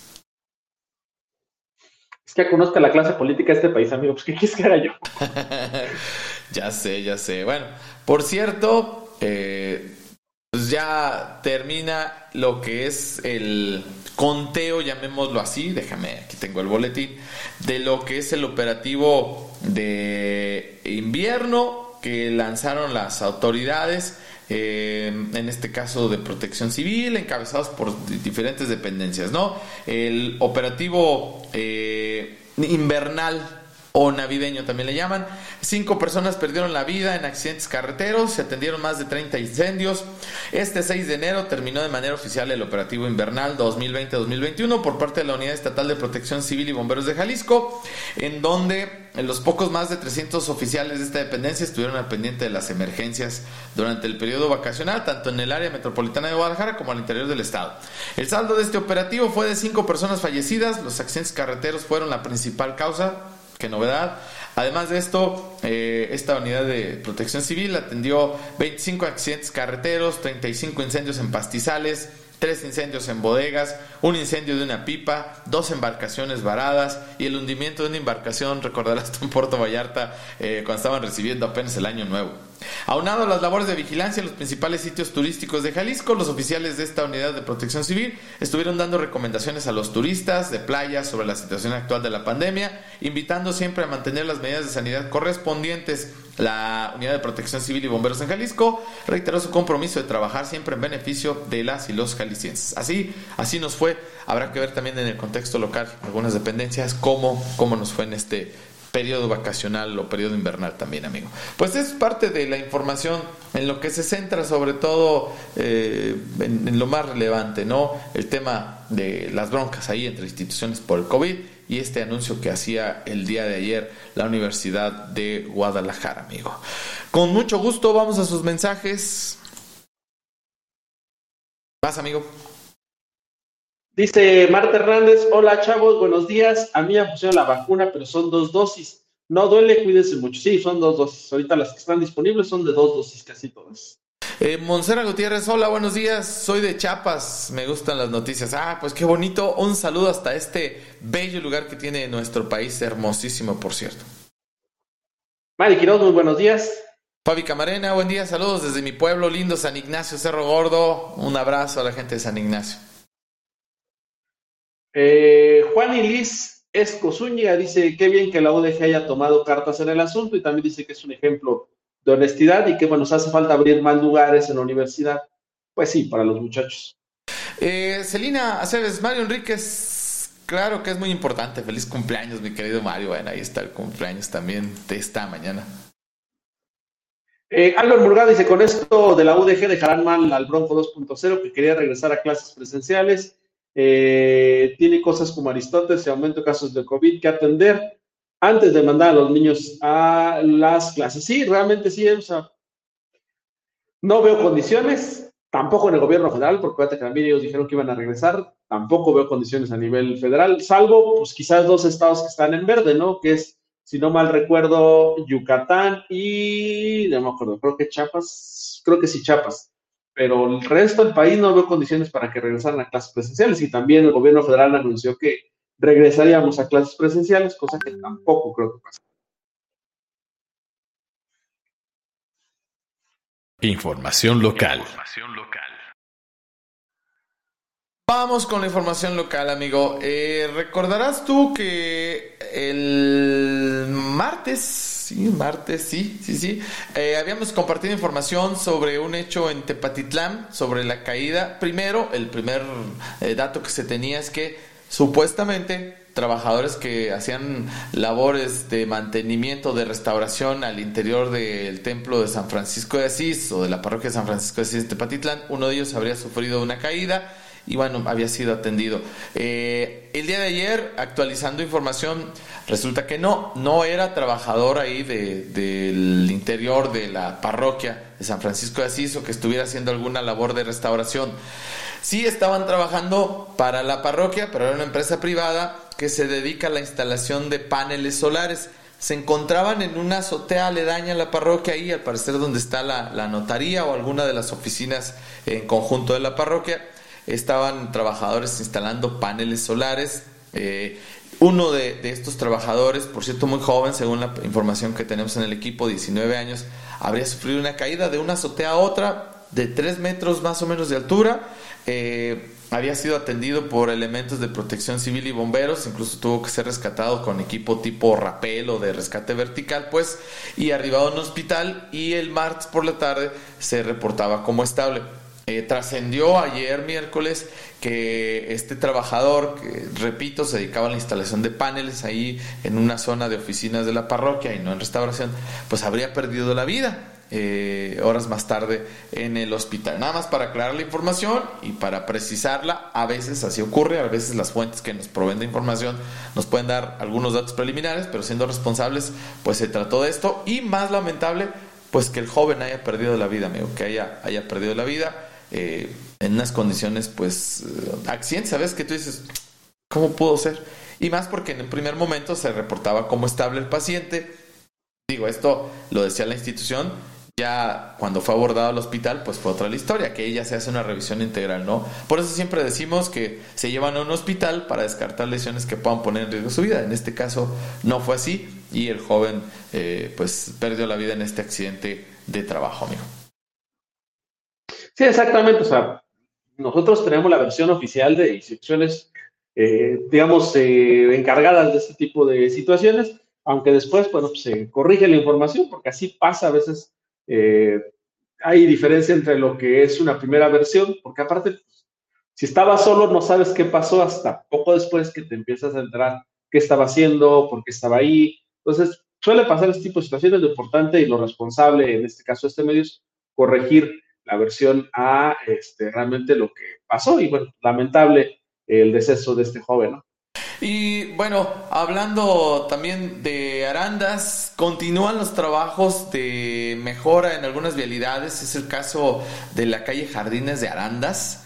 Es que conozca la clase política de este país, amigo, pues ¿qué quieres que haga yo? Ya sé. Bueno, por cierto, pues ya termina lo que es el conteo, llamémoslo así, déjame, aquí tengo el boletín, de lo que es el operativo de invierno que lanzaron las autoridades, en este caso de Protección Civil, encabezados por diferentes dependencias, ¿no? El operativo invernal o navideño también le llaman. 5 personas perdieron la vida en accidentes carreteros, se atendieron más de 30 incendios. Este 6 de enero terminó de manera oficial el operativo invernal 2020-2021 por parte de la Unidad Estatal de Protección Civil y Bomberos de Jalisco, en donde los pocos más de 300 oficiales de esta dependencia estuvieron al pendiente de las emergencias durante el periodo vacacional, tanto en el área metropolitana de Guadalajara como al interior del estado. El saldo de este operativo fue de 5 personas fallecidas. Los accidentes carreteros fueron la principal causa. Qué novedad. Además de esto, esta unidad de protección civil atendió 25 accidentes carreteros, 35 incendios en pastizales, 3 incendios en bodegas, un incendio de una pipa, 2 embarcaciones varadas y el hundimiento de una embarcación, recordarás tú, en Puerto Vallarta, cuando estaban recibiendo apenas el año nuevo. Aunado a las labores de vigilancia en los principales sitios turísticos de Jalisco, los oficiales de esta unidad de protección civil estuvieron dando recomendaciones a los turistas de playas sobre la situación actual de la pandemia, invitando siempre a mantener las medidas de sanidad correspondientes. La Unidad de Protección Civil y Bomberos en Jalisco reiteró su compromiso de trabajar siempre en beneficio de las y los jaliscienses. Así nos fue. Habrá que ver también en el contexto local, algunas dependencias, cómo nos fue en este periodo vacacional o periodo invernal también, amigo. Pues es parte de la información en lo que se centra sobre todo en lo más relevante, ¿no? El tema de las broncas ahí entre instituciones por el COVID y este anuncio que hacía el día de ayer la Universidad de Guadalajara, amigo. Con mucho gusto vamos a sus mensajes. Vas, amigo. Dice Marta Hernández, hola chavos, buenos días. A mí me pusieron la vacuna, pero son 2 dosis. No duele, cuídense mucho. Sí, son 2 dosis. Ahorita las que están disponibles son de 2 dosis, casi todas. Montserrat Gutiérrez, hola, buenos días. Soy de Chiapas, me gustan las noticias. Pues qué bonito. Un saludo hasta este bello lugar que tiene nuestro país, hermosísimo, por cierto. Mari Quiroz, muy buenos días. Fabi Camarena, buen día, saludos desde mi pueblo lindo, San Ignacio, Cerro Gordo. Un abrazo a la gente de San Ignacio. Juan y Liz Esco Zúñiga dice, qué bien que la UDG haya tomado cartas en el asunto y también dice que es un ejemplo de honestidad y que, bueno, nos hace falta abrir más lugares en la universidad. Pues sí, para los muchachos. Celina Aceves, Mario Enríquez, claro que es muy importante. Feliz cumpleaños, mi querido Mario. Bueno, ahí está el cumpleaños también de esta mañana. Álvaro Murgado dice, con esto de la UDG dejarán mal al Bronco 2.0 que quería regresar a clases presenciales. Tiene cosas como Aristóteles y aumento de casos de COVID que atender antes de mandar a los niños a las clases. Sí, realmente sí, o sea, no veo condiciones, tampoco en el gobierno federal, porque fíjate que también ellos dijeron que iban a regresar, tampoco veo condiciones a nivel federal, salvo pues quizás 2 estados que están en verde, ¿no? Que es si no mal recuerdo, Yucatán y, no me acuerdo, creo que Chiapas, creo que sí Chiapas, pero el resto del país no veo condiciones para que regresaran a clases presenciales y también el gobierno federal anunció que regresaríamos a clases presenciales, cosa que tampoco creo que pase. Información local. Vamos con la información local, amigo. Recordarás tú que el martes, habíamos compartido información sobre un hecho en Tepatitlán, sobre la caída. Primero, el primer dato que se tenía es que supuestamente trabajadores que hacían labores de mantenimiento, de restauración al interior del templo de San Francisco de Asís o de la parroquia de San Francisco de Asís de Tepatitlán, uno de ellos habría sufrido una caída y bueno, había sido atendido. El día de ayer, actualizando información, resulta que no era trabajador ahí del interior de la parroquia de San Francisco de Asís o que estuviera haciendo alguna labor de restauración. Sí estaban trabajando para la parroquia, pero era una empresa privada que se dedica a la instalación de paneles solares. Se encontraban en una azotea aledaña a la parroquia, ahí al parecer donde está la notaría o alguna de las oficinas en conjunto de la parroquia. Estaban trabajadores instalando paneles solares. Uno de estos trabajadores, por cierto muy joven, según la información que tenemos en el equipo, 19 años, habría sufrido una caída de una azotea a otra de 3 metros más o menos de altura. Había sido atendido por elementos de protección civil y bomberos, incluso tuvo que ser rescatado con equipo tipo rapel o de rescate vertical, pues, y arribado a un hospital, y el martes por la tarde se reportaba como estable. Trascendió ayer miércoles que este trabajador, que repito, se dedicaba a la instalación de paneles ahí en una zona de oficinas de la parroquia y no en restauración, pues habría perdido la vida horas más tarde en el hospital. Nada más para aclarar la información y para precisarla, a veces así ocurre, a veces las fuentes que nos proveen de información nos pueden dar algunos datos preliminares, pero siendo responsables, pues se trató de esto, y más lamentable, pues que el joven haya perdido la vida, amigo, que haya perdido la vida en unas condiciones, pues, accidentes, ¿sabes? Que tú dices, ¿cómo pudo ser? Y más porque en el primer momento se reportaba como estable el paciente. Digo, esto lo decía la institución, ya cuando fue abordado al hospital, pues fue otra la historia, que ya se hace una revisión integral, ¿no? Por eso siempre decimos que se llevan a un hospital para descartar lesiones que puedan poner en riesgo su vida. En este caso no fue así y el joven pues perdió la vida en este accidente de trabajo, amigo. Sí, exactamente. O sea, nosotros tenemos la versión oficial de instituciones, digamos, encargadas de este tipo de situaciones, aunque después, bueno, pues, se corrige la información, porque así pasa a veces. Hay diferencia entre lo que es una primera versión, porque aparte, si estaba solo, no sabes qué pasó hasta poco después que te empiezas a enterar qué estaba haciendo, por qué estaba ahí. Entonces, suele pasar este tipo de situaciones. Lo importante y lo responsable, en este caso, este medio, es corregir la versión a realmente lo que pasó. Y bueno, lamentable el deceso de este joven, ¿no? Y bueno, hablando también de Arandas, continúan los trabajos de mejora en algunas vialidades. Es el caso de la calle Jardines de Arandas.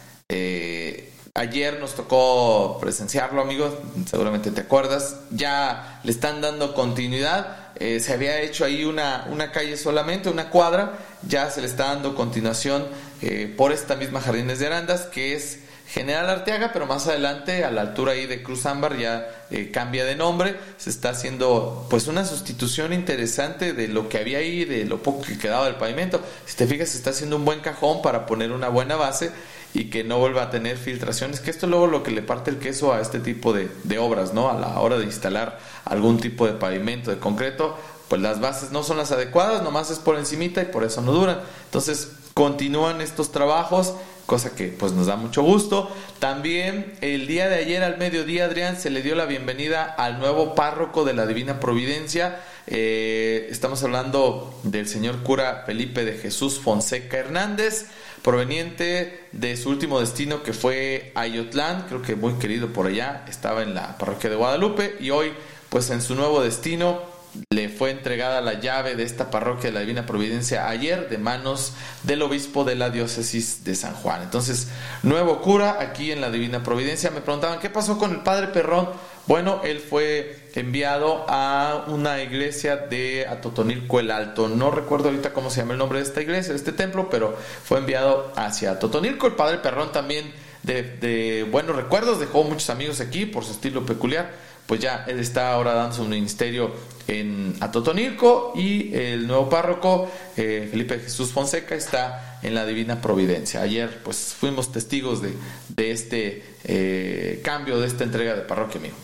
Ayer nos tocó presenciarlo, amigos, seguramente te acuerdas. Ya le están dando continuidad. Se había hecho ahí una calle solamente, una cuadra. Ya se le está dando continuación por esta misma Jardines de Arandas, que es General Arteaga, pero más adelante, a la altura ahí de Cruz Ámbar, ya cambia de nombre. Se está haciendo pues una sustitución interesante de lo que había ahí, de lo poco que quedaba del pavimento. Si te fijas, se está haciendo un buen cajón para poner una buena base y que no vuelva a tener filtraciones, que esto es luego lo que le parte el queso a este tipo de obras, ¿no? A la hora de instalar algún tipo de pavimento de concreto, pues las bases no son las adecuadas, nomás es por encimita y por eso no duran. Entonces continúan estos trabajos, cosa que pues nos da mucho gusto. También el día de ayer al mediodía, Adrián, se le dio la bienvenida al nuevo párroco de la Divina Providencia. Estamos hablando del señor cura Felipe de Jesús Fonseca Hernández, proveniente de su último destino, que fue Ayotlán, creo que muy querido por allá, estaba en la parroquia de Guadalupe, y hoy pues en su nuevo destino le fue entregada la llave de esta parroquia de la Divina Providencia ayer de manos del obispo de la diócesis de San Juan. Entonces, nuevo cura aquí en la Divina Providencia. Me preguntaban, ¿qué pasó con el padre Perrón? Bueno, él fue enviado a una iglesia de Atotonilco el Alto. No recuerdo ahorita cómo se llama el nombre de esta iglesia, de este templo, pero fue enviado hacia Atotonilco. El padre Perrón también de buenos recuerdos, dejó muchos amigos aquí por su estilo peculiar. Pues ya él está ahora dando su ministerio en Atotonilco, y el nuevo párroco, Felipe Jesús Fonseca, está en la Divina Providencia. Ayer pues fuimos testigos de este cambio, de esta entrega de parroquia, amigo.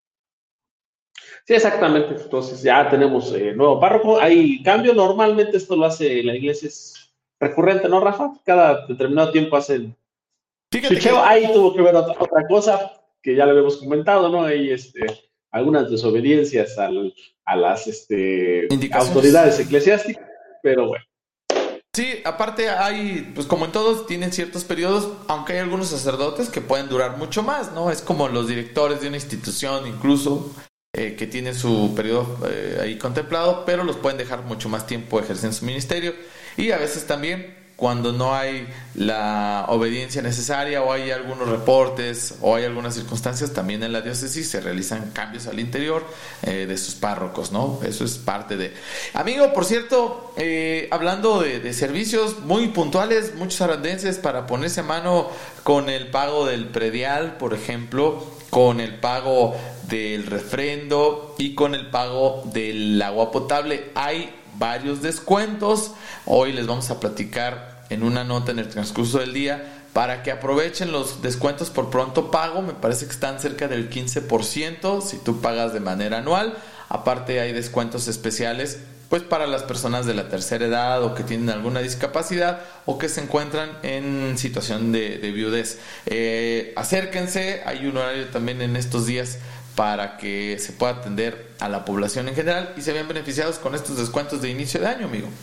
Sí, exactamente. Entonces ya tenemos nuevo párroco. Hay cambio. Normalmente esto lo hace la iglesia, es recurrente, ¿no, Rafa? Cada determinado tiempo hacen Fíjate switcheo. Ahí tuvo que ver otra cosa que ya le habíamos comentado, ¿no? Hay algunas desobediencias a las autoridades eclesiásticas, pero bueno. Sí, aparte hay, pues como en todos, tienen ciertos periodos, aunque hay algunos sacerdotes que pueden durar mucho más, ¿no? Es como los directores de una institución, incluso, que tienen su periodo ahí contemplado, pero los pueden dejar mucho más tiempo ejerciendo su ministerio. Y a veces también, cuando no hay la obediencia necesaria, o hay algunos reportes, o hay algunas circunstancias, también en la diócesis se realizan cambios al interior de sus párrocos, ¿no? Eso es parte de... Amigo, por cierto, hablando de servicios muy puntuales, muchos arandenses para ponerse a mano con el pago del predial, por ejemplo, con el pago del refrendo y con el pago del agua potable. Hay varios descuentos. Hoy les vamos a platicar en una nota en el transcurso del día para que aprovechen los descuentos por pronto pago. Me parece que están cerca del 15% si tú pagas de manera anual. Aparte hay descuentos especiales pues para las personas de la tercera edad, o que tienen alguna discapacidad, o que se encuentran en situación de viudez. Acérquense, hay un horario también en estos días para que se pueda atender a la población en general y se vean beneficiados con estos descuentos de inicio de año, amigo.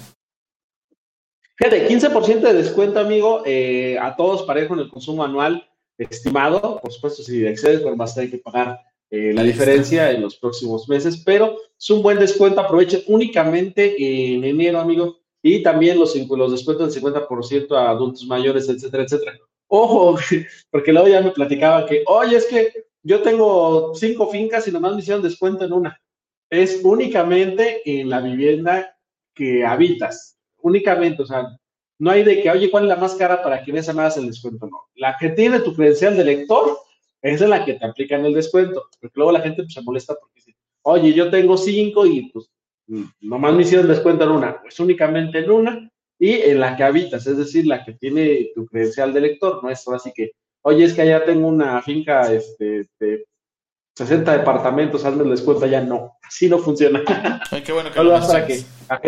Fíjate, 15% de descuento, amigo, a todos parejo en el consumo anual estimado. Por supuesto, si excedes, pues vas a tener que pagar la diferencia en los próximos meses, pero es un buen descuento. Aprovechen únicamente en enero, amigo, y también los descuentos del 50% a adultos mayores, etcétera, etcétera. Ojo, porque luego ya me platicaban que, oye, es que yo tengo 5 fincas y nomás me hicieron descuento en una. Es únicamente en la vivienda que habitas. Únicamente, o sea, no hay de que, oye, ¿cuál es la más cara para que en esa me hagas el descuento? No. La que tiene tu credencial de lector, esa es la que te aplican el descuento. Porque luego la gente pues, se molesta porque dice, oye, yo tengo 5 y pues nomás me hicieron descuento en una. Pues únicamente en una y en la que habitas, es decir, la que tiene tu credencial de lector. No es así que, oye, es que allá tengo una finca de 60 departamentos, hazme el descuento. Ya no, así no funciona. Ay, qué bueno que solo para que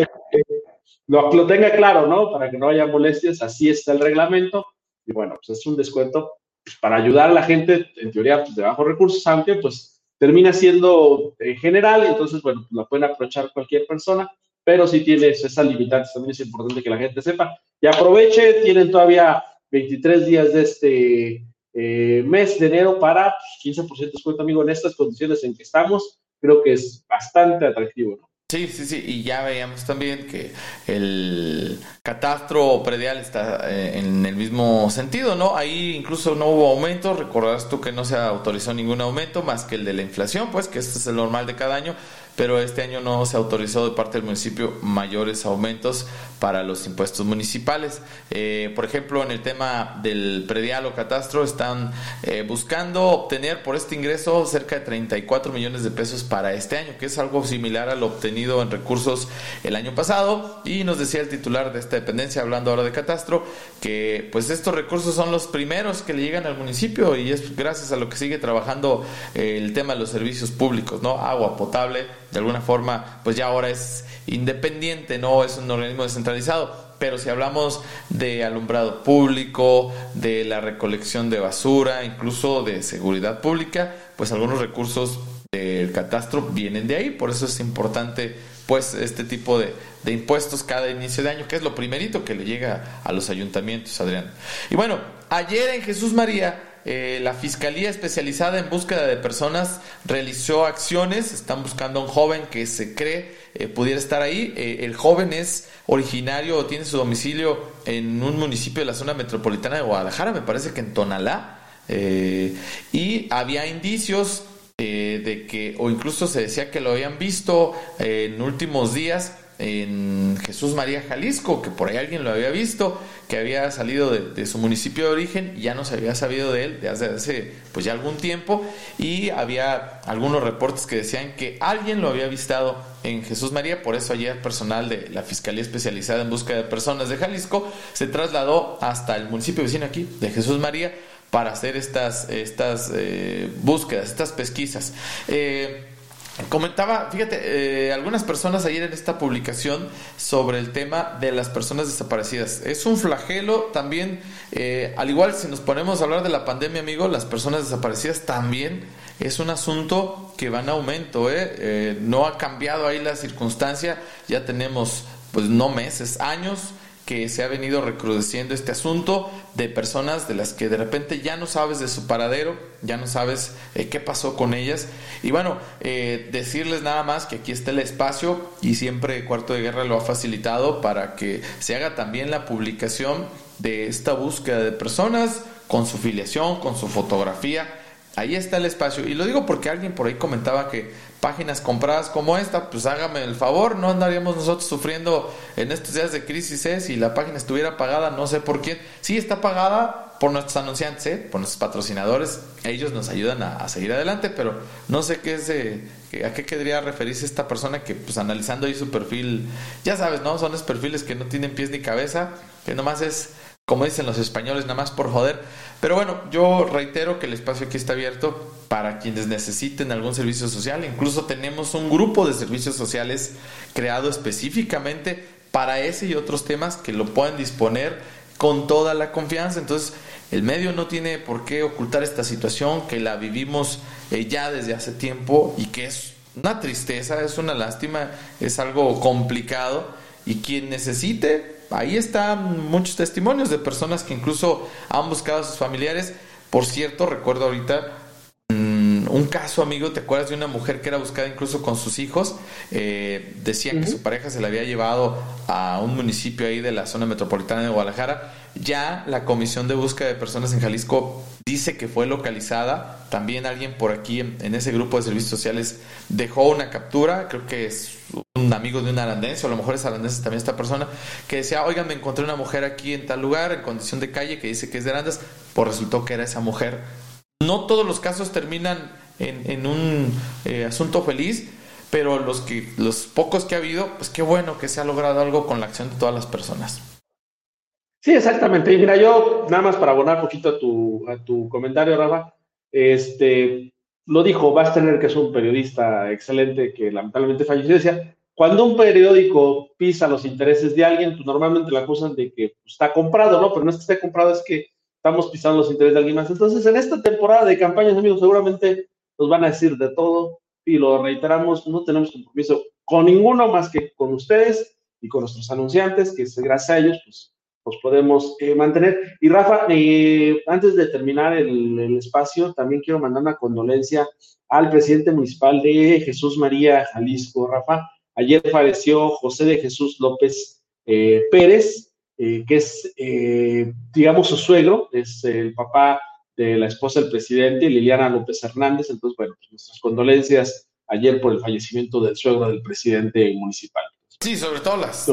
lo tenga claro, ¿no? Para que no haya molestias, así está el reglamento. Y bueno, pues es un descuento pues, para ayudar a la gente, en teoría, pues, de bajos recursos, aunque pues termina siendo general, entonces, bueno, pues, la pueden aprovechar cualquier persona, pero si tienes esas limitantes, también es importante que la gente sepa. Y aproveche, tienen todavía 23 días de este mes de enero para pues, 15% de descuento, amigo, en estas condiciones en que estamos. Creo que es bastante atractivo, ¿no? Sí, y ya veíamos también que el catastro predial está en el mismo sentido, ¿no? Ahí incluso no hubo aumento, recordarás tú que no se autorizó ningún aumento más que el de la inflación, pues que este es el normal de cada año, pero este año no se autorizó de parte del municipio mayores aumentos para los impuestos municipales. Por ejemplo, en el tema del predial o catastro están buscando obtener por este ingreso cerca de 34 millones de pesos para este año, que es algo similar a lo obtenido en recursos el año pasado. Y nos decía el titular de esta dependencia, hablando ahora de catastro, que pues estos recursos son los primeros que le llegan al municipio, y es gracias a lo que sigue trabajando el tema de los servicios públicos, ¿no? Agua potable, de alguna forma, pues ya ahora es independiente, no es un organismo descentralizado, pero si hablamos de alumbrado público, de la recolección de basura, incluso de seguridad pública, pues algunos recursos del catastro vienen de ahí. Por eso es importante pues este tipo de impuestos cada inicio de año, que es lo primerito que le llega a los ayuntamientos, Adrián. Y bueno, ayer en Jesús María, la Fiscalía Especializada en Búsqueda de Personas realizó acciones. Están buscando a un joven que se cree pudiera estar ahí. El joven es originario o tiene su domicilio en un municipio de la zona metropolitana de Guadalajara, me parece que en Tonalá, y había indicios de que, o incluso se decía que lo habían visto en últimos días en Jesús María, Jalisco, que por ahí alguien lo había visto, que había salido de su municipio de origen, y ya no se había sabido de él desde hace pues ya algún tiempo, y había algunos reportes que decían que alguien lo había avistado en Jesús María. Por eso ayer personal de la Fiscalía Especializada en Búsqueda de Personas de Jalisco se trasladó hasta el municipio vecino aquí de Jesús María para hacer estas búsquedas, estas pesquisas. Comentaba, fíjate, algunas personas ayer en esta publicación sobre el tema de las personas desaparecidas. Es un flagelo también, al igual si nos ponemos a hablar de la pandemia, amigo, las personas desaparecidas también es un asunto que va en aumento, no ha cambiado ahí la circunstancia, ya tenemos pues no meses, años que se ha venido recrudeciendo este asunto de personas de las que de repente ya no sabes de su paradero, ya no sabes qué pasó con ellas. Y bueno, decirles nada más que aquí está el espacio, y siempre Cuarto de Guerra lo ha facilitado para que se haga también la publicación de esta búsqueda de personas con su filiación, con su fotografía. Ahí está el espacio, y lo digo porque alguien por ahí comentaba que páginas compradas como esta, pues hágame el favor, no andaríamos nosotros sufriendo en estos días de crisis, si la página estuviera pagada, no sé por quién. Sí, está pagada por nuestros anunciantes, por nuestros patrocinadores, ellos nos ayudan a seguir adelante, pero no sé a qué querría referirse esta persona que, pues analizando ahí su perfil, ya sabes, ¿no? Son esos perfiles que no tienen pies ni cabeza, que nomás es, como dicen los españoles, nada más por joder. Pero bueno, yo reitero que el espacio aquí está abierto para quienes necesiten algún servicio social. Incluso tenemos un grupo de servicios sociales creado específicamente para ese y otros temas que lo pueden disponer con toda la confianza. Entonces, el medio no tiene por qué ocultar esta situación, que la vivimos ya desde hace tiempo, y que es una tristeza, es una lástima, es algo complicado, y quien necesite, ahí están muchos testimonios de personas que incluso han buscado a sus familiares. Por cierto, recuerdo ahorita un caso, amigo, ¿te acuerdas de una mujer que era buscada incluso con sus hijos? Decían que su pareja se la había llevado a un municipio ahí de la zona metropolitana de Guadalajara. Ya la Comisión de Búsqueda de Personas en Jalisco dice que fue localizada. También alguien por aquí en ese grupo de servicios sociales dejó una captura, creo que es un amigo de un arandense, o a lo mejor es arandense también esta persona, que decía, oigan, me encontré una mujer aquí en tal lugar, en condición de calle, que dice que es de Arandas. Pues resultó que era esa mujer. No todos los casos terminan en un asunto feliz, pero los pocos que ha habido, pues qué bueno que se ha logrado algo con la acción de todas las personas. Sí, exactamente. Y mira, yo nada más para abonar un poquito a tu comentario, Rafa, lo dijo Bastener, que es un periodista excelente que lamentablemente falleció. Decía, cuando un periódico pisa los intereses de alguien, pues normalmente le acusan de que está comprado, ¿no? Pero no es que esté comprado, es que estamos pisando los intereses de alguien más. Entonces, en esta temporada de campañas, amigos, seguramente nos van a decir de todo, y lo reiteramos, no tenemos compromiso con ninguno más que con ustedes y con nuestros anunciantes, que gracias a ellos, pues nos podemos mantener. Y Rafa, antes de terminar el espacio, también quiero mandar una condolencia al presidente municipal de Jesús María, Jalisco. Rafa, ayer falleció José de Jesús López Pérez, que es, digamos, su suegro, es el papá de la esposa del presidente, Liliana López Hernández. Entonces, bueno, pues nuestras condolencias ayer por el fallecimiento del suegro del presidente municipal. Sí, sobre todo las...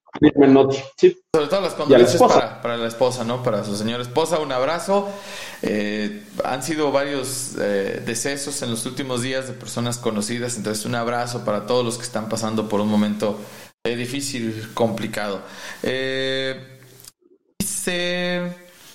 Sí. Sobre todo las condolencias para la esposa, ¿no? Para su señora esposa, un abrazo. Han sido varios decesos en los últimos días de personas conocidas, entonces un abrazo para todos los que están pasando por un momento difícil, complicado. Dice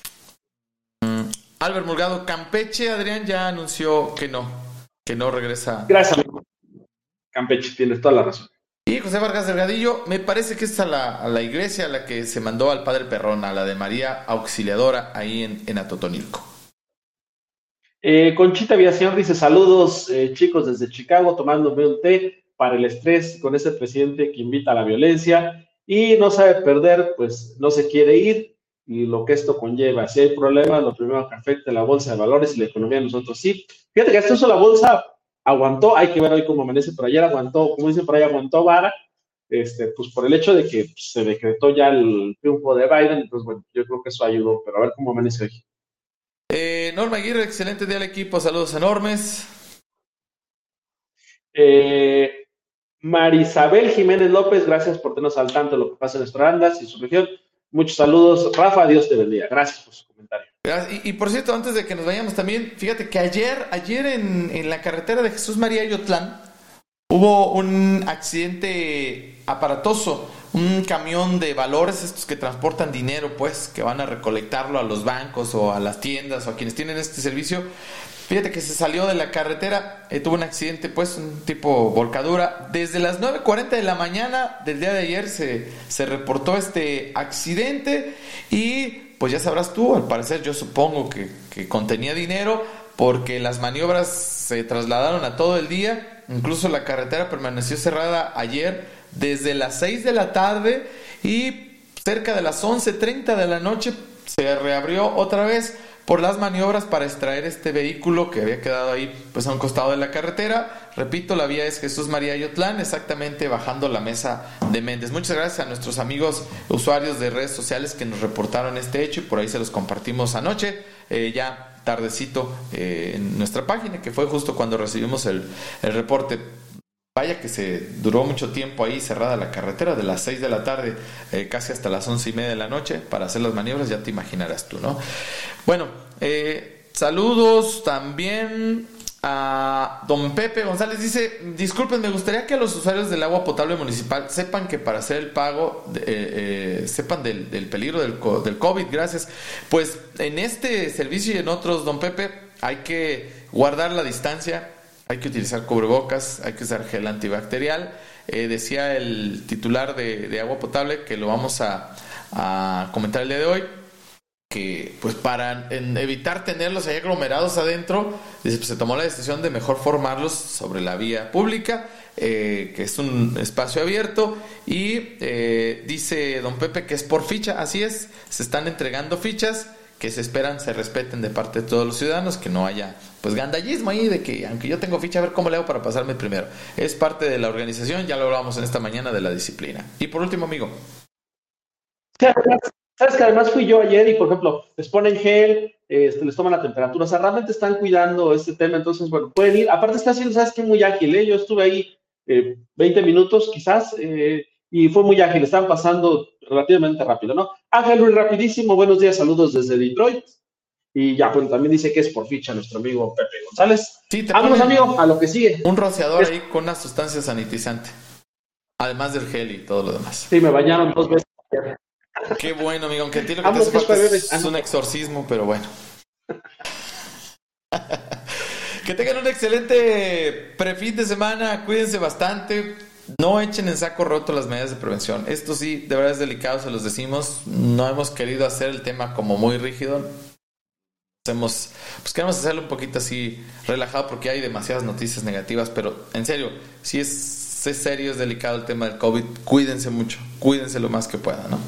Albert Mulgado, Campeche, Adrián ya anunció que no regresa. Gracias, amigo. Campeche, tienes toda la razón. Y José Vargas Delgadillo, me parece que es a la iglesia a la que se mandó al Padre Perrón, a la de María Auxiliadora, ahí en Atotonilco. Conchita Villaseñor dice, saludos chicos desde Chicago, tomándome un té para el estrés con ese presidente que invita a la violencia y no sabe perder, pues no se quiere ir, y lo que esto conlleva. Si hay problemas, lo primero que afecta es la bolsa de valores y la economía de nosotros. Sí, fíjate que hasta eso la bolsa aguantó, hay que ver hoy cómo amanece, pero ayer aguantó, como dicen por ahí, aguantó vara, pues por el hecho de que se decretó ya el triunfo de Biden. Entonces, bueno, yo creo que eso ayudó, pero a ver cómo amanece hoy. Norma Aguirre, excelente día al equipo, saludos enormes. Marisabel Jiménez López, gracias por tenernos al tanto de lo que pasa en Arandas y su región. Muchos saludos. Rafa, Dios te bendiga. Gracias por su comentario. Y por cierto, antes de que nos vayamos también, fíjate que ayer en la carretera de Jesús María Yotlán hubo un accidente aparatoso. Un camión de valores, estos que transportan dinero, pues, que van a recolectarlo a los bancos o a las tiendas o a quienes tienen este servicio. Fíjate que se salió de la carretera, tuvo un accidente, pues, un tipo volcadura. Desde las 9:40 de la mañana del día de ayer se reportó este accidente y, pues ya sabrás tú, al parecer yo supongo que contenía dinero porque las maniobras se trasladaron a todo el día. Incluso la carretera permaneció cerrada ayer desde las 6 de la tarde y cerca de las 11:30 de la noche se reabrió otra vez por las maniobras para extraer este vehículo que había quedado ahí pues a un costado de la carretera. Repito, la vía es Jesús María Yotlán, exactamente bajando la Mesa de Méndez. Muchas gracias a nuestros amigos usuarios de redes sociales que nos reportaron este hecho y por ahí se los compartimos anoche, ya tardecito en nuestra página, que fue justo cuando recibimos el reporte. Vaya que se duró mucho tiempo ahí cerrada la carretera, de las 6 de la tarde casi hasta las 11:30 de la noche para hacer las maniobras, ya te imaginarás tú, ¿no? Bueno, saludos también a don Pepe González. Dice, disculpen, me gustaría que los usuarios del agua potable municipal sepan que para hacer el pago sepan del peligro del COVID. Gracias. Pues en este servicio y en otros, don Pepe, hay que guardar la distancia. Hay que utilizar cubrebocas, hay que usar gel antibacterial. Decía el titular de agua potable, que lo vamos a comentar el día de hoy, que pues para evitar tenerlos ahí aglomerados adentro, dice, pues, se tomó la decisión de mejor formarlos sobre la vía pública, que es un espacio abierto, y dice don Pepe que es por ficha. Así es, se están entregando fichas que se esperan se respeten de parte de todos los ciudadanos, que no haya pues gandallismo ahí de que aunque yo tengo ficha, a ver cómo le hago para pasarme primero. Es parte de la organización, ya lo hablamos en esta mañana de la disciplina. Y por último, amigo. Sí, sabes que además fui yo ayer y, por ejemplo, les ponen gel, les toman la temperatura, o sea, realmente están cuidando este tema, entonces, bueno, pueden ir. Aparte está haciendo, sabes que muy ágil, yo estuve ahí 20 minutos quizás, y fue muy ágil, estaban pasando relativamente rápido, ¿no? Ángel Luis, rapidísimo, buenos días, saludos desde Detroit. Y ya, pues también dice que es por ficha nuestro amigo Pepe González. Sí, vámonos, amigo, a lo que sigue. Un rociador ahí con una sustancia sanitizante, además del gel y todo lo demás. Sí, me bañaron 2 veces. Qué bueno, amigo, aunque a ti lo que te hace falta es un exorcismo, pero bueno. Que tengan un excelente prefin de semana, cuídense bastante. No echen en saco roto las medidas de prevención. Esto sí, de verdad es delicado, se los decimos. No hemos querido hacer el tema como muy rígido. Queremos hacerlo un poquito así relajado porque hay demasiadas noticias negativas, pero en serio, si es serio, es delicado el tema del COVID. Cuídense mucho, cuídense lo más que puedan, ¿no?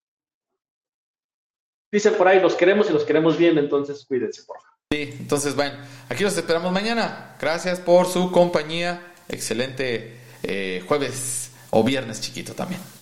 Dicen por ahí, los queremos y los queremos bien, entonces cuídense, por favor. Sí, entonces bueno, aquí los esperamos mañana. Gracias por su compañía. Excelente jueves o viernes chiquito también.